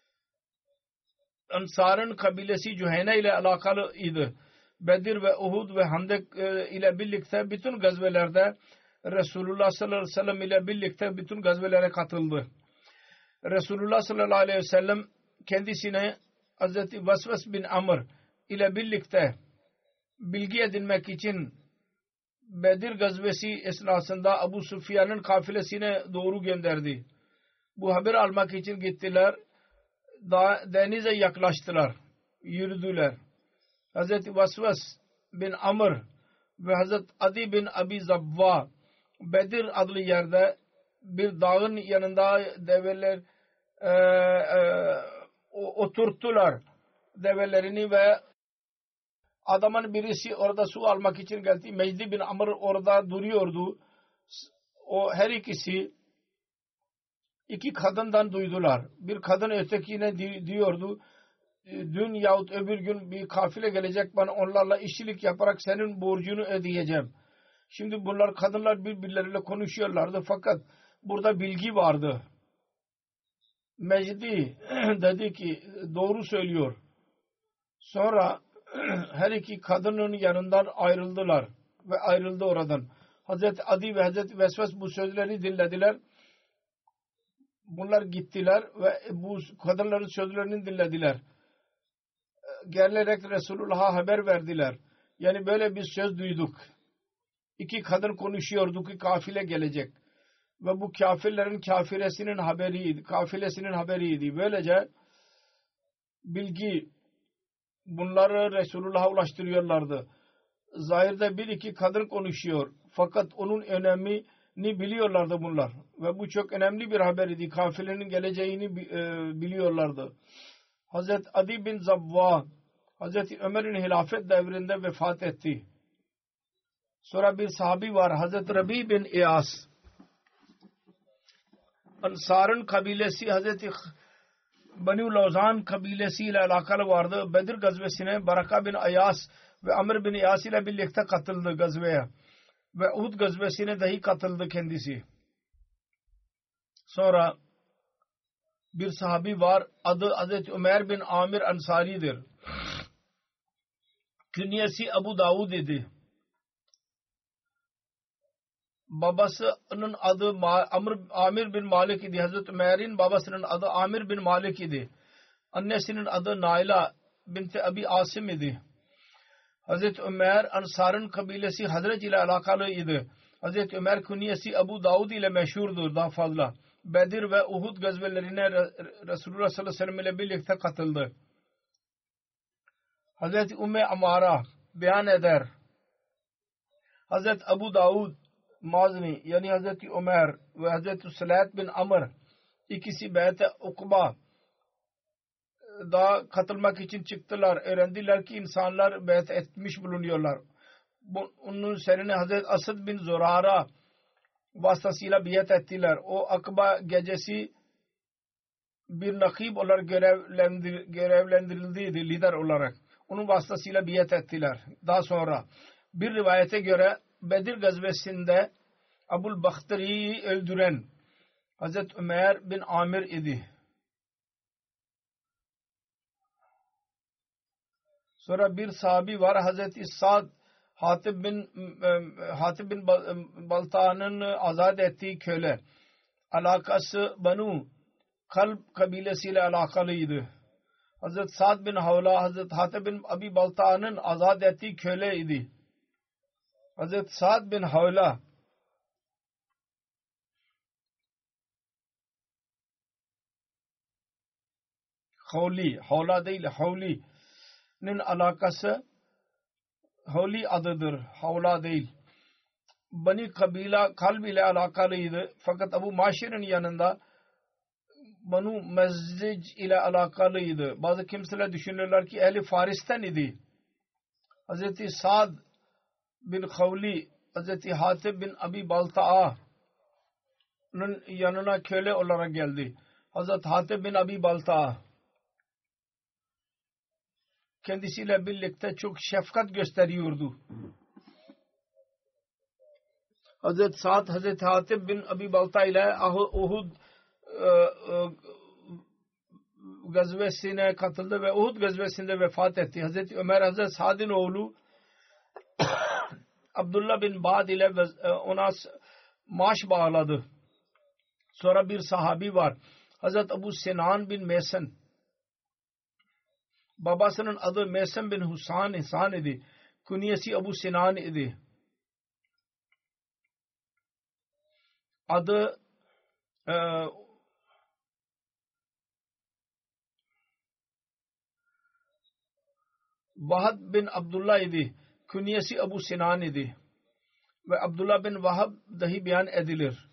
Ansar'ın kabilesi Cüheyne ile alakalı idi. Bedir ve Uhud ve Handek ile birlikte bütün gazvelerde Resulullah sallallahu aleyhi ve sellem ile birlikte bütün gazvelere katıldı. Resulullah sallallahu aleyhi ve sellem kendisine Hazreti Vesves bin Amr ile birlikte bilgi edinmek için Bedir gazvesi esnasında Abu Sufyan'ın kafilesine doğru gönderdi. Bu haber almak için gittiler. Denize yaklaştılar. Yürüdüler. Hazreti Vesves bin Amr ve Hazreti Adi bin Abi Zabva Bedir adlı yerde bir dağın yanında develer oturttular develerini ve adamın birisi orada su almak için geldi. Mecdi bin Amr orada duruyordu. O her ikisi iki kadından duydular. Bir kadın ötekine diyordu, dün yahut öbür gün bir kafile gelecek, bana onlarla işçilik yaparak senin borcunu ödeyeceğim. Şimdi bunlar kadınlar birbirleriyle konuşuyorlardı fakat burada bilgi vardı. Mecdi dedi ki doğru söylüyor. Sonra her iki kadının yanından ayrıldılar ve ayrıldı oradan. Hazreti Adi ve Hazreti Vesves bu sözleri dinlediler. Bunlar gittiler ve bu kadınların sözlerini dinlediler. Gelerek Resulullah'a haber verdiler. Yani böyle bir söz duyduk. İki kadın konuşuyordu ki kafile gelecek. Ve bu kafirlerin kafilesinin haberiydi. Böylece bilgi bunları Resulullah'a ulaştırıyorlardı. Zahirde bir iki kadın konuşuyor. Fakat onun önemini biliyorlardı bunlar. Ve bu çok önemli bir haber idi. Kafilenin geleceğini biliyorlardı. Hazreti Adi bin Zabva Hazreti Ömer'in hilafet devrinde vefat etti. Sonra bir sahabi var, Hazreti Rabi bin İyas. Ansar'ın kabilesi Hazreti Bani Lawzan kabilesiyle alakalı vardı. Bedir gazvesine Baraka bin Ayas ve Amr bin İyas ile birlikte katıldı gazveye. Ve Uhud gazvesine dahi katıldı kendisi. Sonra bir sahabi var, adı Hazreti Ömer bin Amir Ansari'dir. Künyesi Abu Davud idi. Babasının adı Amir bin Malik idi. Hazreti Ömer'in babasının adı Amir bin Malik idi. Annesinin adı Naila binti Abi Asim idi. Hazreti Ömer Ansar'ın kabilesi Hazret ile alakalı idi. Hazreti Ömer künyesi Abu Davud ile meşhurdur daha fazla. Bedir ve Uhud gazvelerine Resulullah sallallahu aleyhi ve sellem ile birlikte katıldı. Hazreti Ümmü Amara beyan eder. Hazreti Abu Davud Mazni yani Hazreti Ömer ve Hazreti Sulayd bin Amr ikisi Beyt-i Ukba da katılmak için çıktılar. Öğrendiler ki insanlar beyt etmiş bulunuyorlar. Onun seninle Hazreti Asad bin Zurara vasıtasıyla biyet ettiler. O Akba gecesi bir nakib olarak görevlendirildi lider olarak. Onun vasıtasıyla biyet ettiler. Daha sonra bir rivayete göre Bedir gazvesinde Abul Bakhtari'yi öldüren Hazreti Ömer bin Amir idi. Sonra bir sahabi var Hazreti Sa'd Hatib bin Balta'nın azad ettiği köle. Alakası Banu Kalb kabilesiyle alakalıydı. Hazreti Sa'd bin Havla Hazreti Hatib bin Abi Balta'nın azad ettiği köle idi. Hazreti Sa'd bin Havla Havla değil Havli'nin alakası Havli adıdır. Havla değil. Bani kabila Kalb ile alakalıydı. Fakat Abu Maşir'in yanında Banu Mezzic ile alakalıydı. Bazı kimseler düşünürler ki ehli Faris'ten idi. Hazreti Sa'd bin Havli Hazreti Hatib bin Abi Balta'nın yanına köle olarak geldi. Hazreti Hatib bin Abi Balta kendisiyle birlikte çok şefkat gösteriyordu. Hazreti Sa'd Hazreti Hatib bin Abi Balta ile Uhud gazvesine katıldı ve Uhud gazvesinde vefat etti. Hazreti Ömer Hazreti Sa'd'in oğlu Abdullah bin Ba'd ile ona maaş bağladı. Sonra bir sahabi var. Hazreti Ebu Sinan bin Meysen. Babasının adı Meysen bin Hüsan idi. Künyesi Ebu Sinan idi. Adı Vahab bin Abdullah idi. Künyesi Ebu Sinan idi. Ve Abdullah bin Vahab dahi beyan edilir.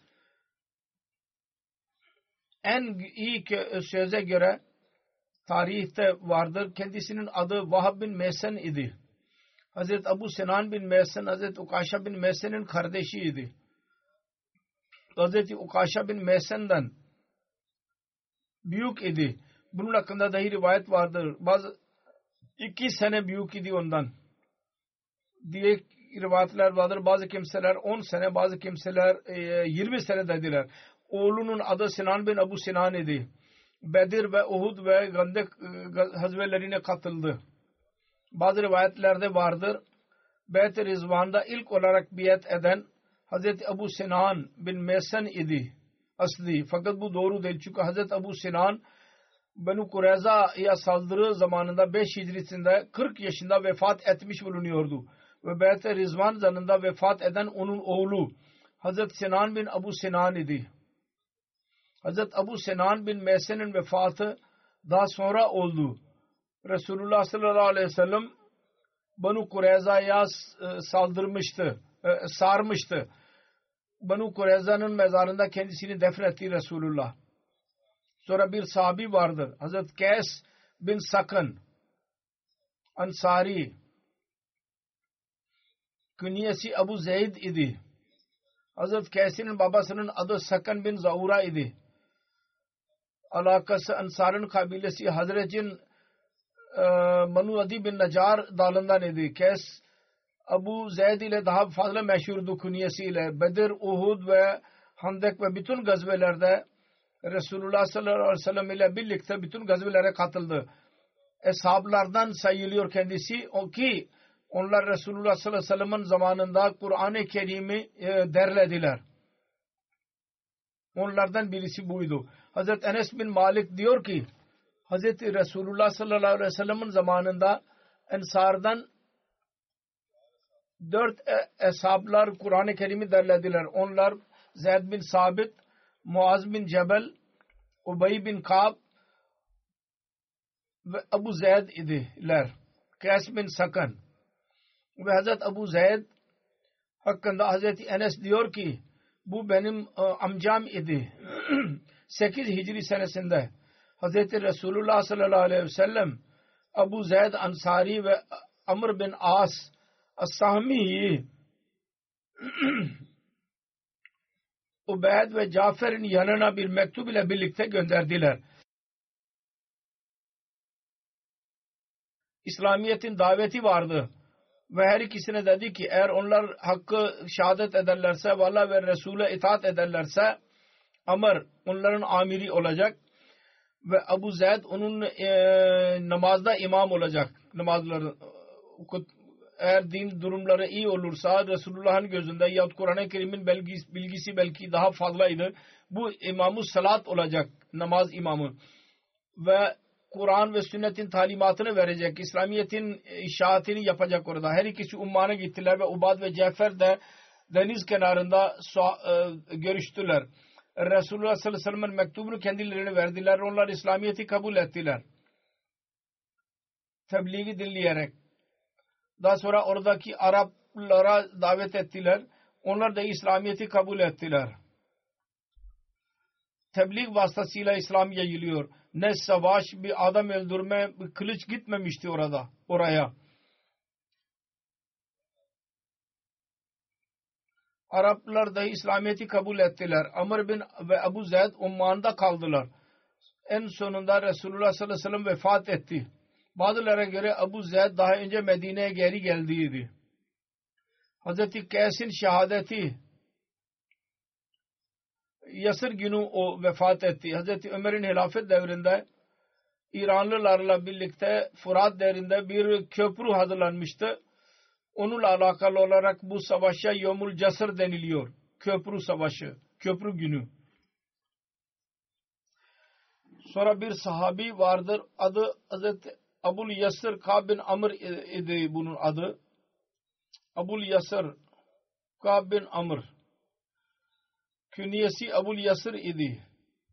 En iyi söze göre tarihte vardır. Kendisinin adı Vahab bin Meysen idi. Hazreti Ebu Sinan bin Meysen, Hazreti Ukaşa bin Meysen'in kardeşiydi. Hazreti Ukaşa bin Meysen'den büyük idi. Bunun hakkında dahi rivayet vardır. Bazı 2 sene büyük idi ondan diye rivayetler vardır. Bazı kimseler 10 sene, bazı kimseler 20 sene dediler. Oğlunun adı Sinan bin Ebu Sinan idi. Bedir ve Uhud ve Gandek hazvelerine katıldı. Bazı rivayetlerde vardır. Beyt-i Rizvan'da ilk olarak biat eden Hazreti Ebu Sinan bin Meysen idi asli. Fakat bu doğru değil. Çünkü Hazreti Ebu Sinan Benu Kureyza'ya saldırı zamanında 5 Hicrisinde 40 yaşında vefat etmiş bulunuyordu. Ve Beyt-i Rizvan zanında vefat eden onun oğlu Hazreti Sinan bin Ebu Sinan idi. Hazreti Ebu Sinan bin Meysen'in vefatı daha sonra oldu. Resulullah sallallahu aleyhi ve sellem Benu Kureyza'ya saldırmıştı, sarmıştı. Benu Kureyza'nın mezarında kendisini defnetti Resulullah. Sonra bir sahabi vardır. Hazreti Kays bin Sakan Ansari. Künyesi Ebu Zeyd idi. Hazreti Kays'in babasının adı Sakan bin Zaura idi. Alakası Ansar'ın kabilesi Hazret'in Banu Adi bin Nacar dalından idi. Kays Ebu Zeyd ile daha fazla meşhurdu künyesiyle. Bedir, Uhud ve Handek ve bütün gazvelerde Resulullah sallallahu aleyhi ve sellem ile birlikte bütün gazvelere katıldı. Eshablardan sayılıyor kendisi. O ki onlar Resulullah sallallahu aleyhi ve sellem'in zamanında Kur'an-ı Kerim'i derlediler. Onlardan birisi buydu. Hazreti Enes bin Malik diyor ki Hazreti Resulullah sallallahu aleyhi ve sellem'in zamanında Ensar'dan 4 eshablar Kur'an-ı Kerim'i derlediler. Onlar Zeyd bin Sabit, Muaz bin Cebel, Ubey bin Ka'b ve Ebu Zeyd idiler. Kays bin Sakan. Ve Hazreti Ebu Zeyd hakkında Hazreti Enes diyor ki bu benim amcam idi. 8 Hicri senesinde Hazreti Resulullah sallallahu aleyhi ve sellem Ebu Zeyd Ansari ve Amr bin As As-Sahmi'yi Ubeyd ve Cafer'in yanına bir mektup ile birlikte gönderdiler. İslamiyet'in daveti vardı. Ve her ikisine dedi ki eğer onlar hakkı şehadet ederlerse ve Allah ve Resul'e itaat ederlerse Amr onların amiri olacak ve Ebu Zeyd onun namazda imam olacak. Namazları eğer din durumları iyi olursa Resulullah'ın gözünde yahut Kur'an-ı Kerim'in bilgisi belki daha fazlaydı. Bu imam-ı salat olacak. Namaz imamı. Ve Kur'an ve sünnetin talimatını verecek. İslamiyet'in işaretini yapacak orada. Her ikisi Umman'a gittiler ve Ubad ve Cafer de deniz kenarında görüştüler. Resulullah sallallahu aleyhi ve sellem'in mektubunu kendilerine verdiler. Onlar İslamiyet'i kabul ettiler. Tebliği dinleyerek. Daha sonra oradaki Araplara davet ettiler. Onlar da İslamiyet'i kabul ettiler. Tebliğ vasıtasıyla İslam yayılıyor. Ne savaş, bir adam öldürme, bir kılıç gitmemişti oraya. Araplar da İslamiyet'i kabul ettiler. Amr bin ve Ebu Zeyd Umman'da kaldılar. En sonunda Resulullah sallallahu aleyhi ve sellem vefat etti. Bazılara göre Ebu Zeyd daha önce Medine'ye geri geldiydi. Hazreti Kays'in şehadeti Yasır günü o vefat etti. Hazreti Ömer'in hilafet devrinde İranlılarla birlikte Fırat devrinde bir köprü hazırlanmıştı. Onunla alakalı olarak bu savaşa Yomul Casır deniliyor. köprü savaşı, köprü günü. Sonra bir sahabi vardır. Adı Hazreti Abul Yasir Ka'b bin Amr idi bunun adı. Abul Yasir Ka'b bin Amr. Künyesi Abul Yasir idi.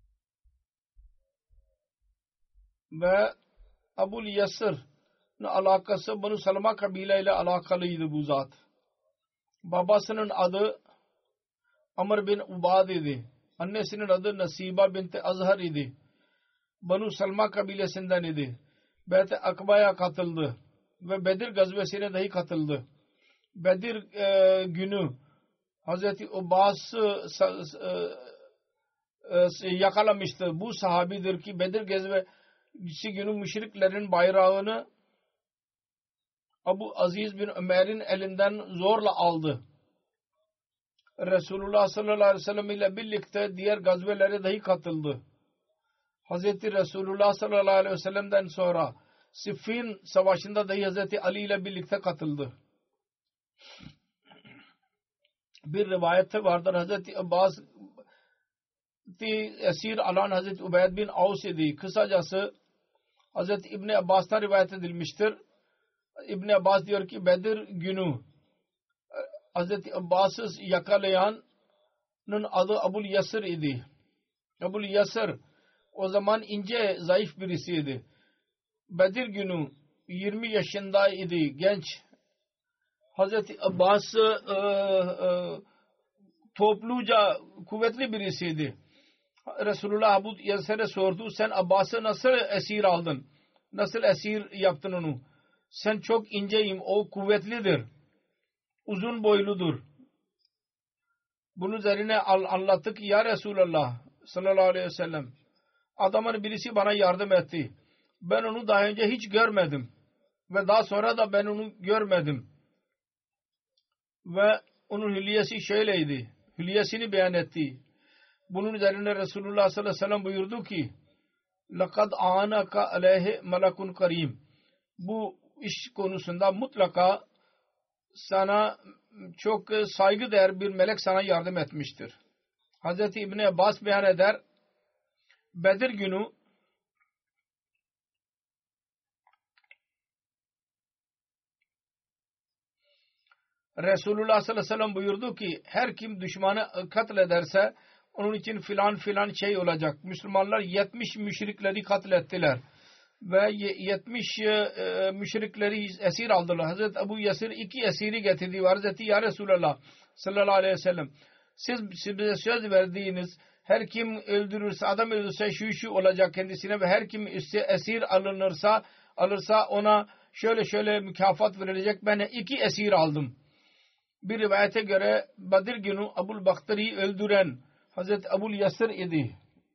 Ve Abul Yasir'in alakası Banu Salma kabile ile alakalıydı bu zat. Babasının adı Amr bin Ubad idi. Annesinin adı Nasiba binti Azhar idi. Banu Salma kabilesinden idi. Beyt-i Akba'ya katıldı ve Bedir gazvesine dahi katıldı. Bedir günü Hazreti Abbas'ı yakalamıştı. Bu sahabidir ki Bedir gazvesi günü müşriklerin bayrağını Abu Aziz bin Ömer'in elinden zorla aldı. Resulullah sallallahu aleyhi ve sellem ile birlikte diğer gazvelere dahi katıldı. Hazreti Resulullah sallallahu aleyhi ve sellem'den sonra Siffin savaşında dahi Hazreti Ali ile birlikte katıldı. Bir rivayette vardır. Hazreti Abbas esir alan Hazreti Ubeyd bin Avs idi. Kısacası Hazreti İbni Abbas'tan rivayet edilmiştir. İbni Abbas diyor ki Bedir günü Hazreti Abbas'ı yakalayanın adı Abul Yasir idi. Abul Yasir o zaman ince, zayıf birisiydi. Bedir günü 20 yaşındaydı, genç. Hazreti Abbas topluca kuvvetli birisiydi. Resulullah Abu Yasir'e sordu, sen Abbas'ı nasıl esir aldın? Nasıl esir yaptın onu? Sen çok inceyim, o kuvvetlidir. Uzun boyludur. Bunun üzerine anlattık ki ya Resulullah sallallahu aleyhi ve sellem, adamın birisi bana yardım etti. Ben onu daha önce hiç görmedim. Ve daha sonra da ben onu görmedim. Ve onun hülyesi şöyleydi. Hülyesini beyan etti. Bunun üzerine Resulullah sallallahu aleyhi ve sellem buyurdu ki لَقَدْ آنَكَ عَلَيْهِ مَلَكٌ كَرِيمٌ. Bu iş konusunda mutlaka sana çok saygıdeğer bir melek sana yardım etmiştir. Hazreti İbni Abbas beyan eder. Bedir günü Resulullah sallallahu aleyhi ve sellem buyurdu ki her kim düşmanı katlederse onun için filan filan şey olacak. Müslümanlar 70 müşrikleri katlettiler ve 70 müşrikleri esir aldılar. Hazreti Ebu Yasir 2 esiri getirdi. Hazreti ya Resulullah sallallahu aleyhi ve sellem siz bize söz verdiğiniz her kim öldürürse, adam öldürürse şu olacak kendisine ve her kim esir alırsa ona şöyle mükafat verilecek. Ben 2 esir aldım. Bir rivayete göre Bedir günü Abul Bakhtari'yi öldüren Hazreti Abul Yasir idi.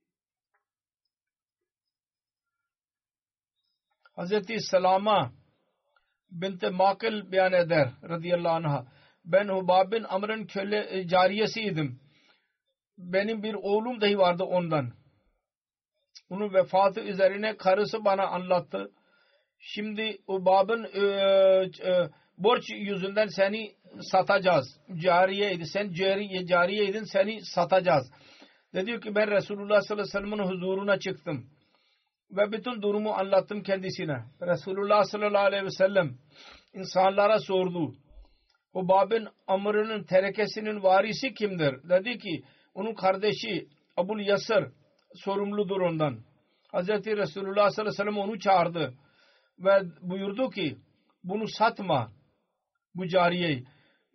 Hazreti Salama bint Makil beyan eder radıyallahu anha. Ben Hubab bin Amr'ın köle cariyesiydim. Benim bir oğlum dahi vardı ondan. Onun vefatı üzerine karısı bana anlattı. Şimdi Hubab'ın borç yüzünden seni satacağız. Cariyeydi. Sen cariyeydin, seni satacağız. Dedi ki ben Resulullah sallallahu aleyhi ve sellem'in huzuruna çıktım. Ve bütün durumu anlattım kendisine. Resulullah sallallahu aleyhi ve sellem insanlara sordu. Hubab'ın Amr'ın terekesinin varisi kimdir? Dedi ki onun kardeşi Abul Yasir sorumludur ondan. Hazreti Resulullah sallallahu aleyhi ve sellem onu çağırdı. Ve buyurdu ki bunu satma, bu cariyeyi.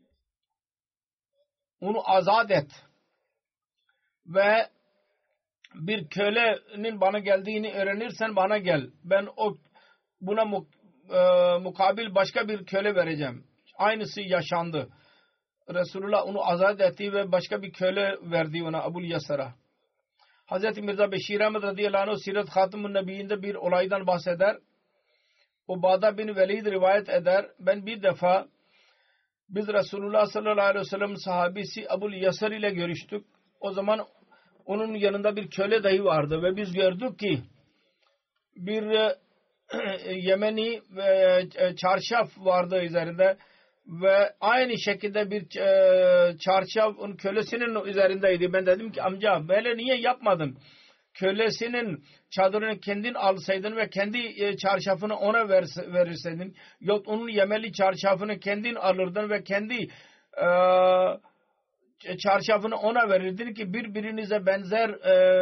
Onu azat et. Ve bir kölenin bana geldiğini öğrenirsen bana gel. Ben buna mukabil başka bir köle vereceğim. Aynısı yaşandı. Resulullah onu azat etti ve başka bir köle verdi ona, Abul Yasir'a. Hazreti Mirza Beşir Ahmed radıyallahu anh Sirat Hatim-ül Nebiyyinde bir olaydan bahseder. Ubada bin Velid rivayet eder. Ben bir defa biz Resulullah sallallahu aleyhi ve sellem sahabesi Abul Yasir ile görüştük. O zaman onun yanında bir köle dahi vardı ve biz gördük ki bir Yemeni çarşaf vardı üzerinde ve aynı şekilde bir çarşaf onun kölesinin üzerindeydi. Ben dedim ki amca böyle niye yapmadın? Kölesinin çadırını kendin alsaydın ve kendi çarşafını ona verirseydin. Yok onun yemeli çarşafını kendin alırdın ve kendi çarşafını ona verirdin ki birbirinize benzer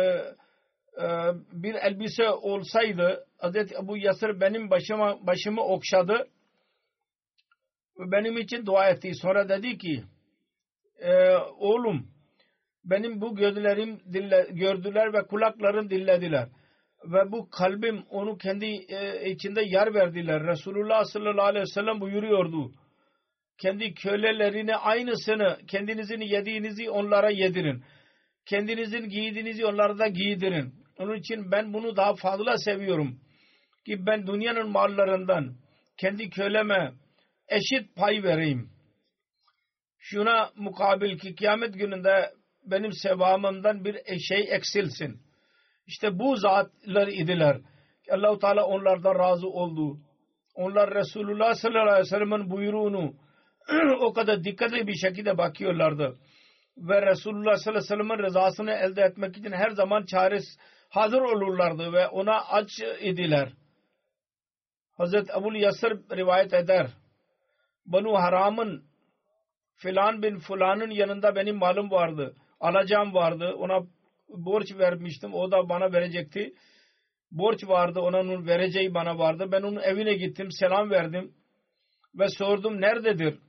bir elbise olsaydı. Hazreti Ebu Yasir benim başımı okşadı ve benim için dua etti. Sonra dedi ki oğlum benim bu gözlerim gördüler ve kulaklarım dinlediler ve bu kalbim onu kendi içinde yer verdiler. Resulullah sallallahu aleyhi ve sellem buyuruyordu. Kendi kölelerine aynısını kendinizin yediğinizi onlara yedirin. Kendinizin giydiğinizi onlara da giydirin. Onun için ben bunu daha fazla seviyorum. Ki ben dünyanın mallarından kendi köleme eşit pay vereyim. Şuna mukabil ki kıyamet gününde benim sevabımdan bir şey eksilsin. İşte bu zatlar idiler. Allah-u Teala onlardan razı oldu. Onlar Resulullah sallallahu aleyhi ve sellem'in buyruğunu o kadar dikkatli bir şekilde bakıyorlardı. Ve Resulullah sallallahu aleyhi ve sellem'in rızasını elde etmek için her zaman çaresiz hazır olurlardı ve ona aç idiler. Hazreti Ebu Yasir rivayet eder. Banu Haram'ın filan bin fulanın yanında benim malım vardı. Alacağım vardı. Ona borç vermiştim. O da bana verecekti. Borç vardı. Onun vereceği bana vardı. Ben onun evine gittim. Selam verdim. Ve sordum nerededir?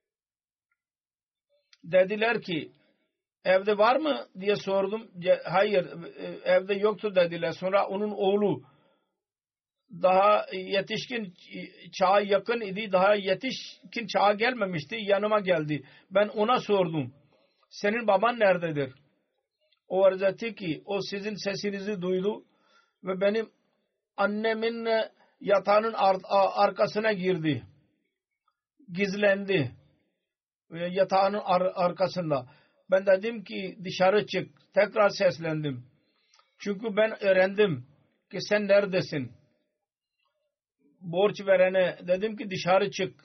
Dediler ki evde var mı diye sordum. Hayır evde yoktu dediler. Sonra onun oğlu daha yetişkin çağa yakın idi. Daha yetişkin çağa gelmemişti. Yanıma geldi. Ben ona sordum. Senin baban nerededir? O arz etti ki o sizin sesinizi duydu ve benim annemin yatağının arkasına girdi. Gizlendi. Yatağının arkasında. Ben dedim ki dışarı çık. Tekrar seslendim. Çünkü ben öğrendim ki sen neredesin? Borç verene dedim ki dışarı çık.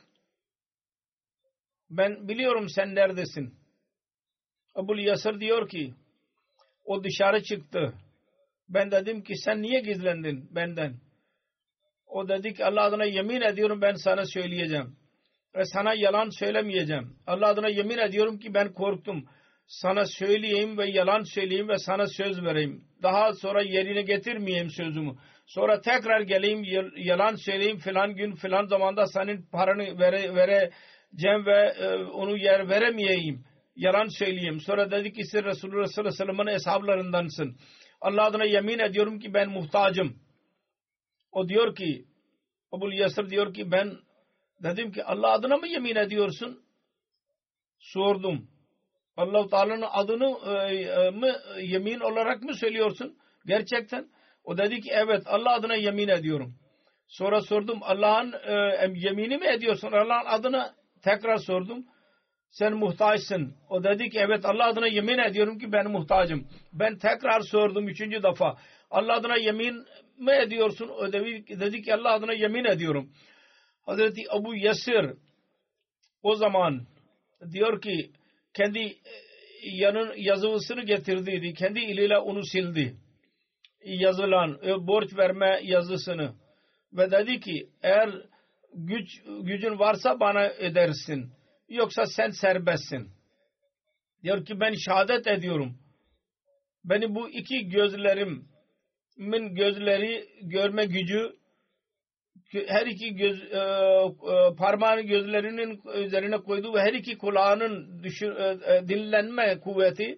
Ben biliyorum sen neredesin. Ebu Yasir diyor ki o dışarı çıktı. Ben dedim ki sen niye gizlendin benden? O dedi ki Allah adına yemin ediyorum ben sana söyleyeceğim. Ve sana yalan söylemeyeceğim. Allah adına yemin ediyorum ki ben korktum. Sana söyleyeyim ve yalan söyleyeyim ve sana söz vereyim. Daha sonra yerine getirmeyeyim sözümü. Sonra tekrar geleyim yalan söyleyeyim filan gün filan zamanda senin paranı vereceğim ve onu yer veremeyeyim. Yalan söyleyeyim. Sonra dedi ki siz Resulullah sallallahu aleyhi ve sellem'in hesaplarındansın. Allah adına yemin ediyorum ki ben muhtacım. O diyor ki Ebu Yasir diyor ki ben dedim ki Allah adına mı yemin ediyorsun? Sordum. Allah-u Teala'nın adını mı yemin olarak mı söylüyorsun? Gerçekten. O dedi ki evet Allah adına yemin ediyorum. Sonra sordum Allah'ın yemini mi ediyorsun? Allah'ın adına tekrar sordum. Sen muhtaçsın. O dedi ki evet Allah adına yemin ediyorum ki ben muhtacım. Ben tekrar sordum 3. defa. Allah adına yemin mi ediyorsun? O dedi ki Allah adına yemin ediyorum. Hazreti Ebu Yasir o zaman diyor ki kendi yazısını getirdi. Kendi eliyle onu sildi. Yazılan borç verme yazısını. Ve dedi ki eğer gücün varsa bana ödersin. Yoksa sen serbestsin. Diyor ki ben şehadet ediyorum. Benim bu iki gözlerimin gözleri görme gücü her iki parmağını gözlerinin üzerine koydu ve her iki kulağının dinlenme kuvveti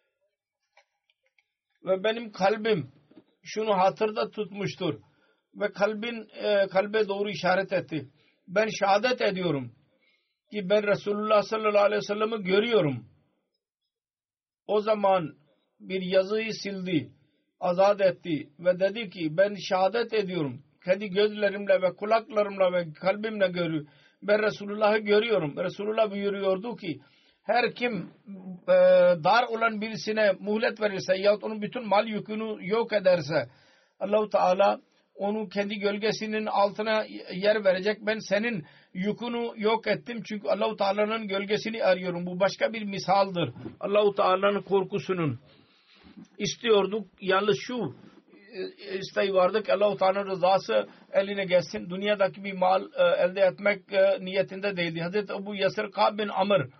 ve benim kalbim şunu hatırda tutmuştur ve kalbe doğru işaret etti. Ben şehadet ediyorum ki ben Resulullah sallallahu aleyhi ve sellem'i görüyorum. O zaman bir yazıyı sildi, azat etti ve dedi ki ben şehadet ediyorum. Kendi gözlerimle ve kulaklarımla ve kalbimle görüyorum. Ben Resulullah'ı görüyorum. Resulullah buyuruyordu ki her kim dar olan birisine muhlet verirse yahut onun bütün mal yükünü yok ederse Allah-u Teala onu kendi gölgesinin altına yer verecek. Ben senin yükünü yok ettim çünkü Allah-u Teala'nın gölgesini arıyorum. Bu başka bir misaldır. Allah-u Teala'nın korkusunun. İstiyorduk. Yalnız şu isteği vardı ki Allah-u Teala'nın rızası eline geçsin. Dünyadaki bir mal elde etmek niyetinde değildi. Hazreti Ebu Yasir Ka'b bin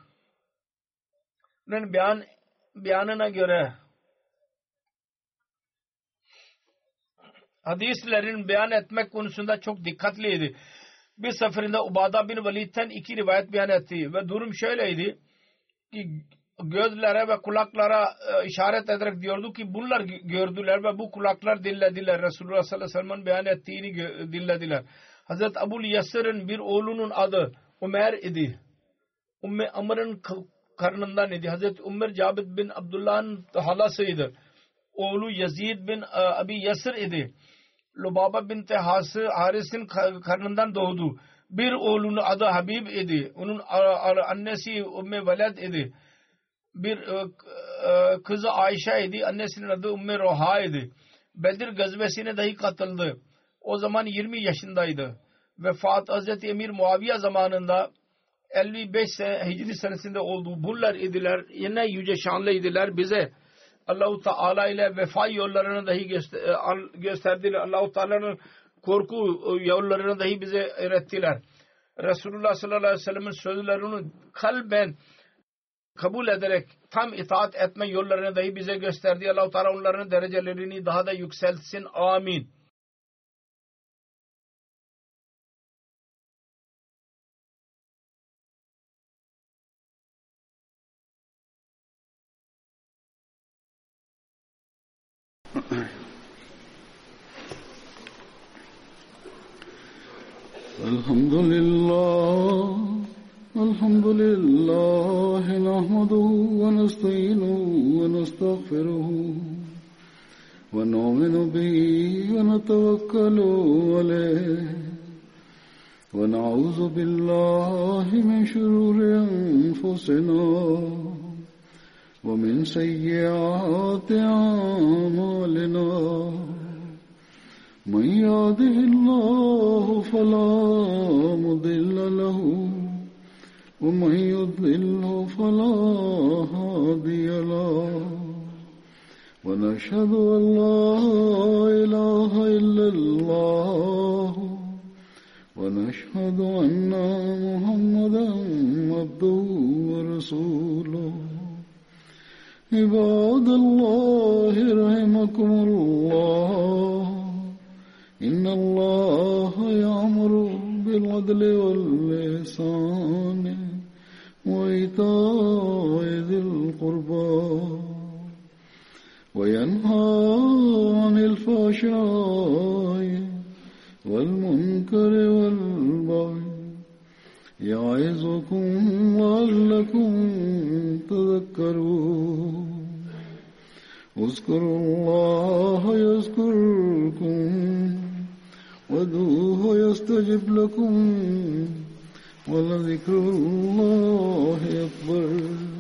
Amr'ın beyanına göre hadislerin beyan etmek konusunda çok dikkatliydi. Bir seferinde Ubada bin Velid'den 2 rivayet beyan etti ve durum şöyleydi ki gözlere ve kulaklara işaret ederek diyordu ki bunlar gördüler ve bu kulaklar dinlediler. Resulullah sallallahu aleyhi ve sellem'in beyan ettiğini dinlediler. Hazreti Ebu Yasir'in bir oğlunun adı Ömer idi. Ümmü Amr'ın karnından idi. Hazreti Ömer Cabir bin Abdullah'ın halasıydı. Oğlu Yazid bin Abi Yasir idi. Lubaba bin Haris'in karnından doğdu. Bir oğlunun adı Habib idi. Onun annesi Ümmü Veled idi. Bir kızı Ayşe idi. Annesinin adı Ümmü Roha idi. Bedir gazvesine dahi katıldı. O zaman 20 yaşındaydı. Vefat Hazreti Emir Muaviye zamanında 55 Hicri senesinde oldu. Bunlar idiler. Yine yüce şanlı idiler. Bize Allah-u Teala ile vefa yollarını dahi gösterdiler. Allah-u Teala'nın korku yollarını dahi bize öğrettiler. Resulullah sallallahu aleyhi ve sellem'in sözlerini kalben kabul ederek tam itaat etme yollarını dahi bize gösterdi. Allah-u Teala onların derecelerini daha da yükseltsin. Amin. Elhamdülillah nahmaduhu ve nestainuhu ve nestağfiruhu ve nu'minu bihi ve netevekkalu aleyh ve na'udzu billahi min şururi enfusina ve min seyyiati a'malina. من يهده الله فلا مضل له ومن يضلل فلا هادي له ونشهد أن لا إله إلا الله ونشهد أن محمدا عبده ورسوله عباد الله رحمكم الله إن الله يأمر بالعدل والإحسان وإيتاء ذي القربى وينهى عن الفحشاء والمنكر والبغي يعظكم لعلكم تذكرون اذكروا الله يذكركم وادعوه يستجب لكم ولذكر الله أكبر.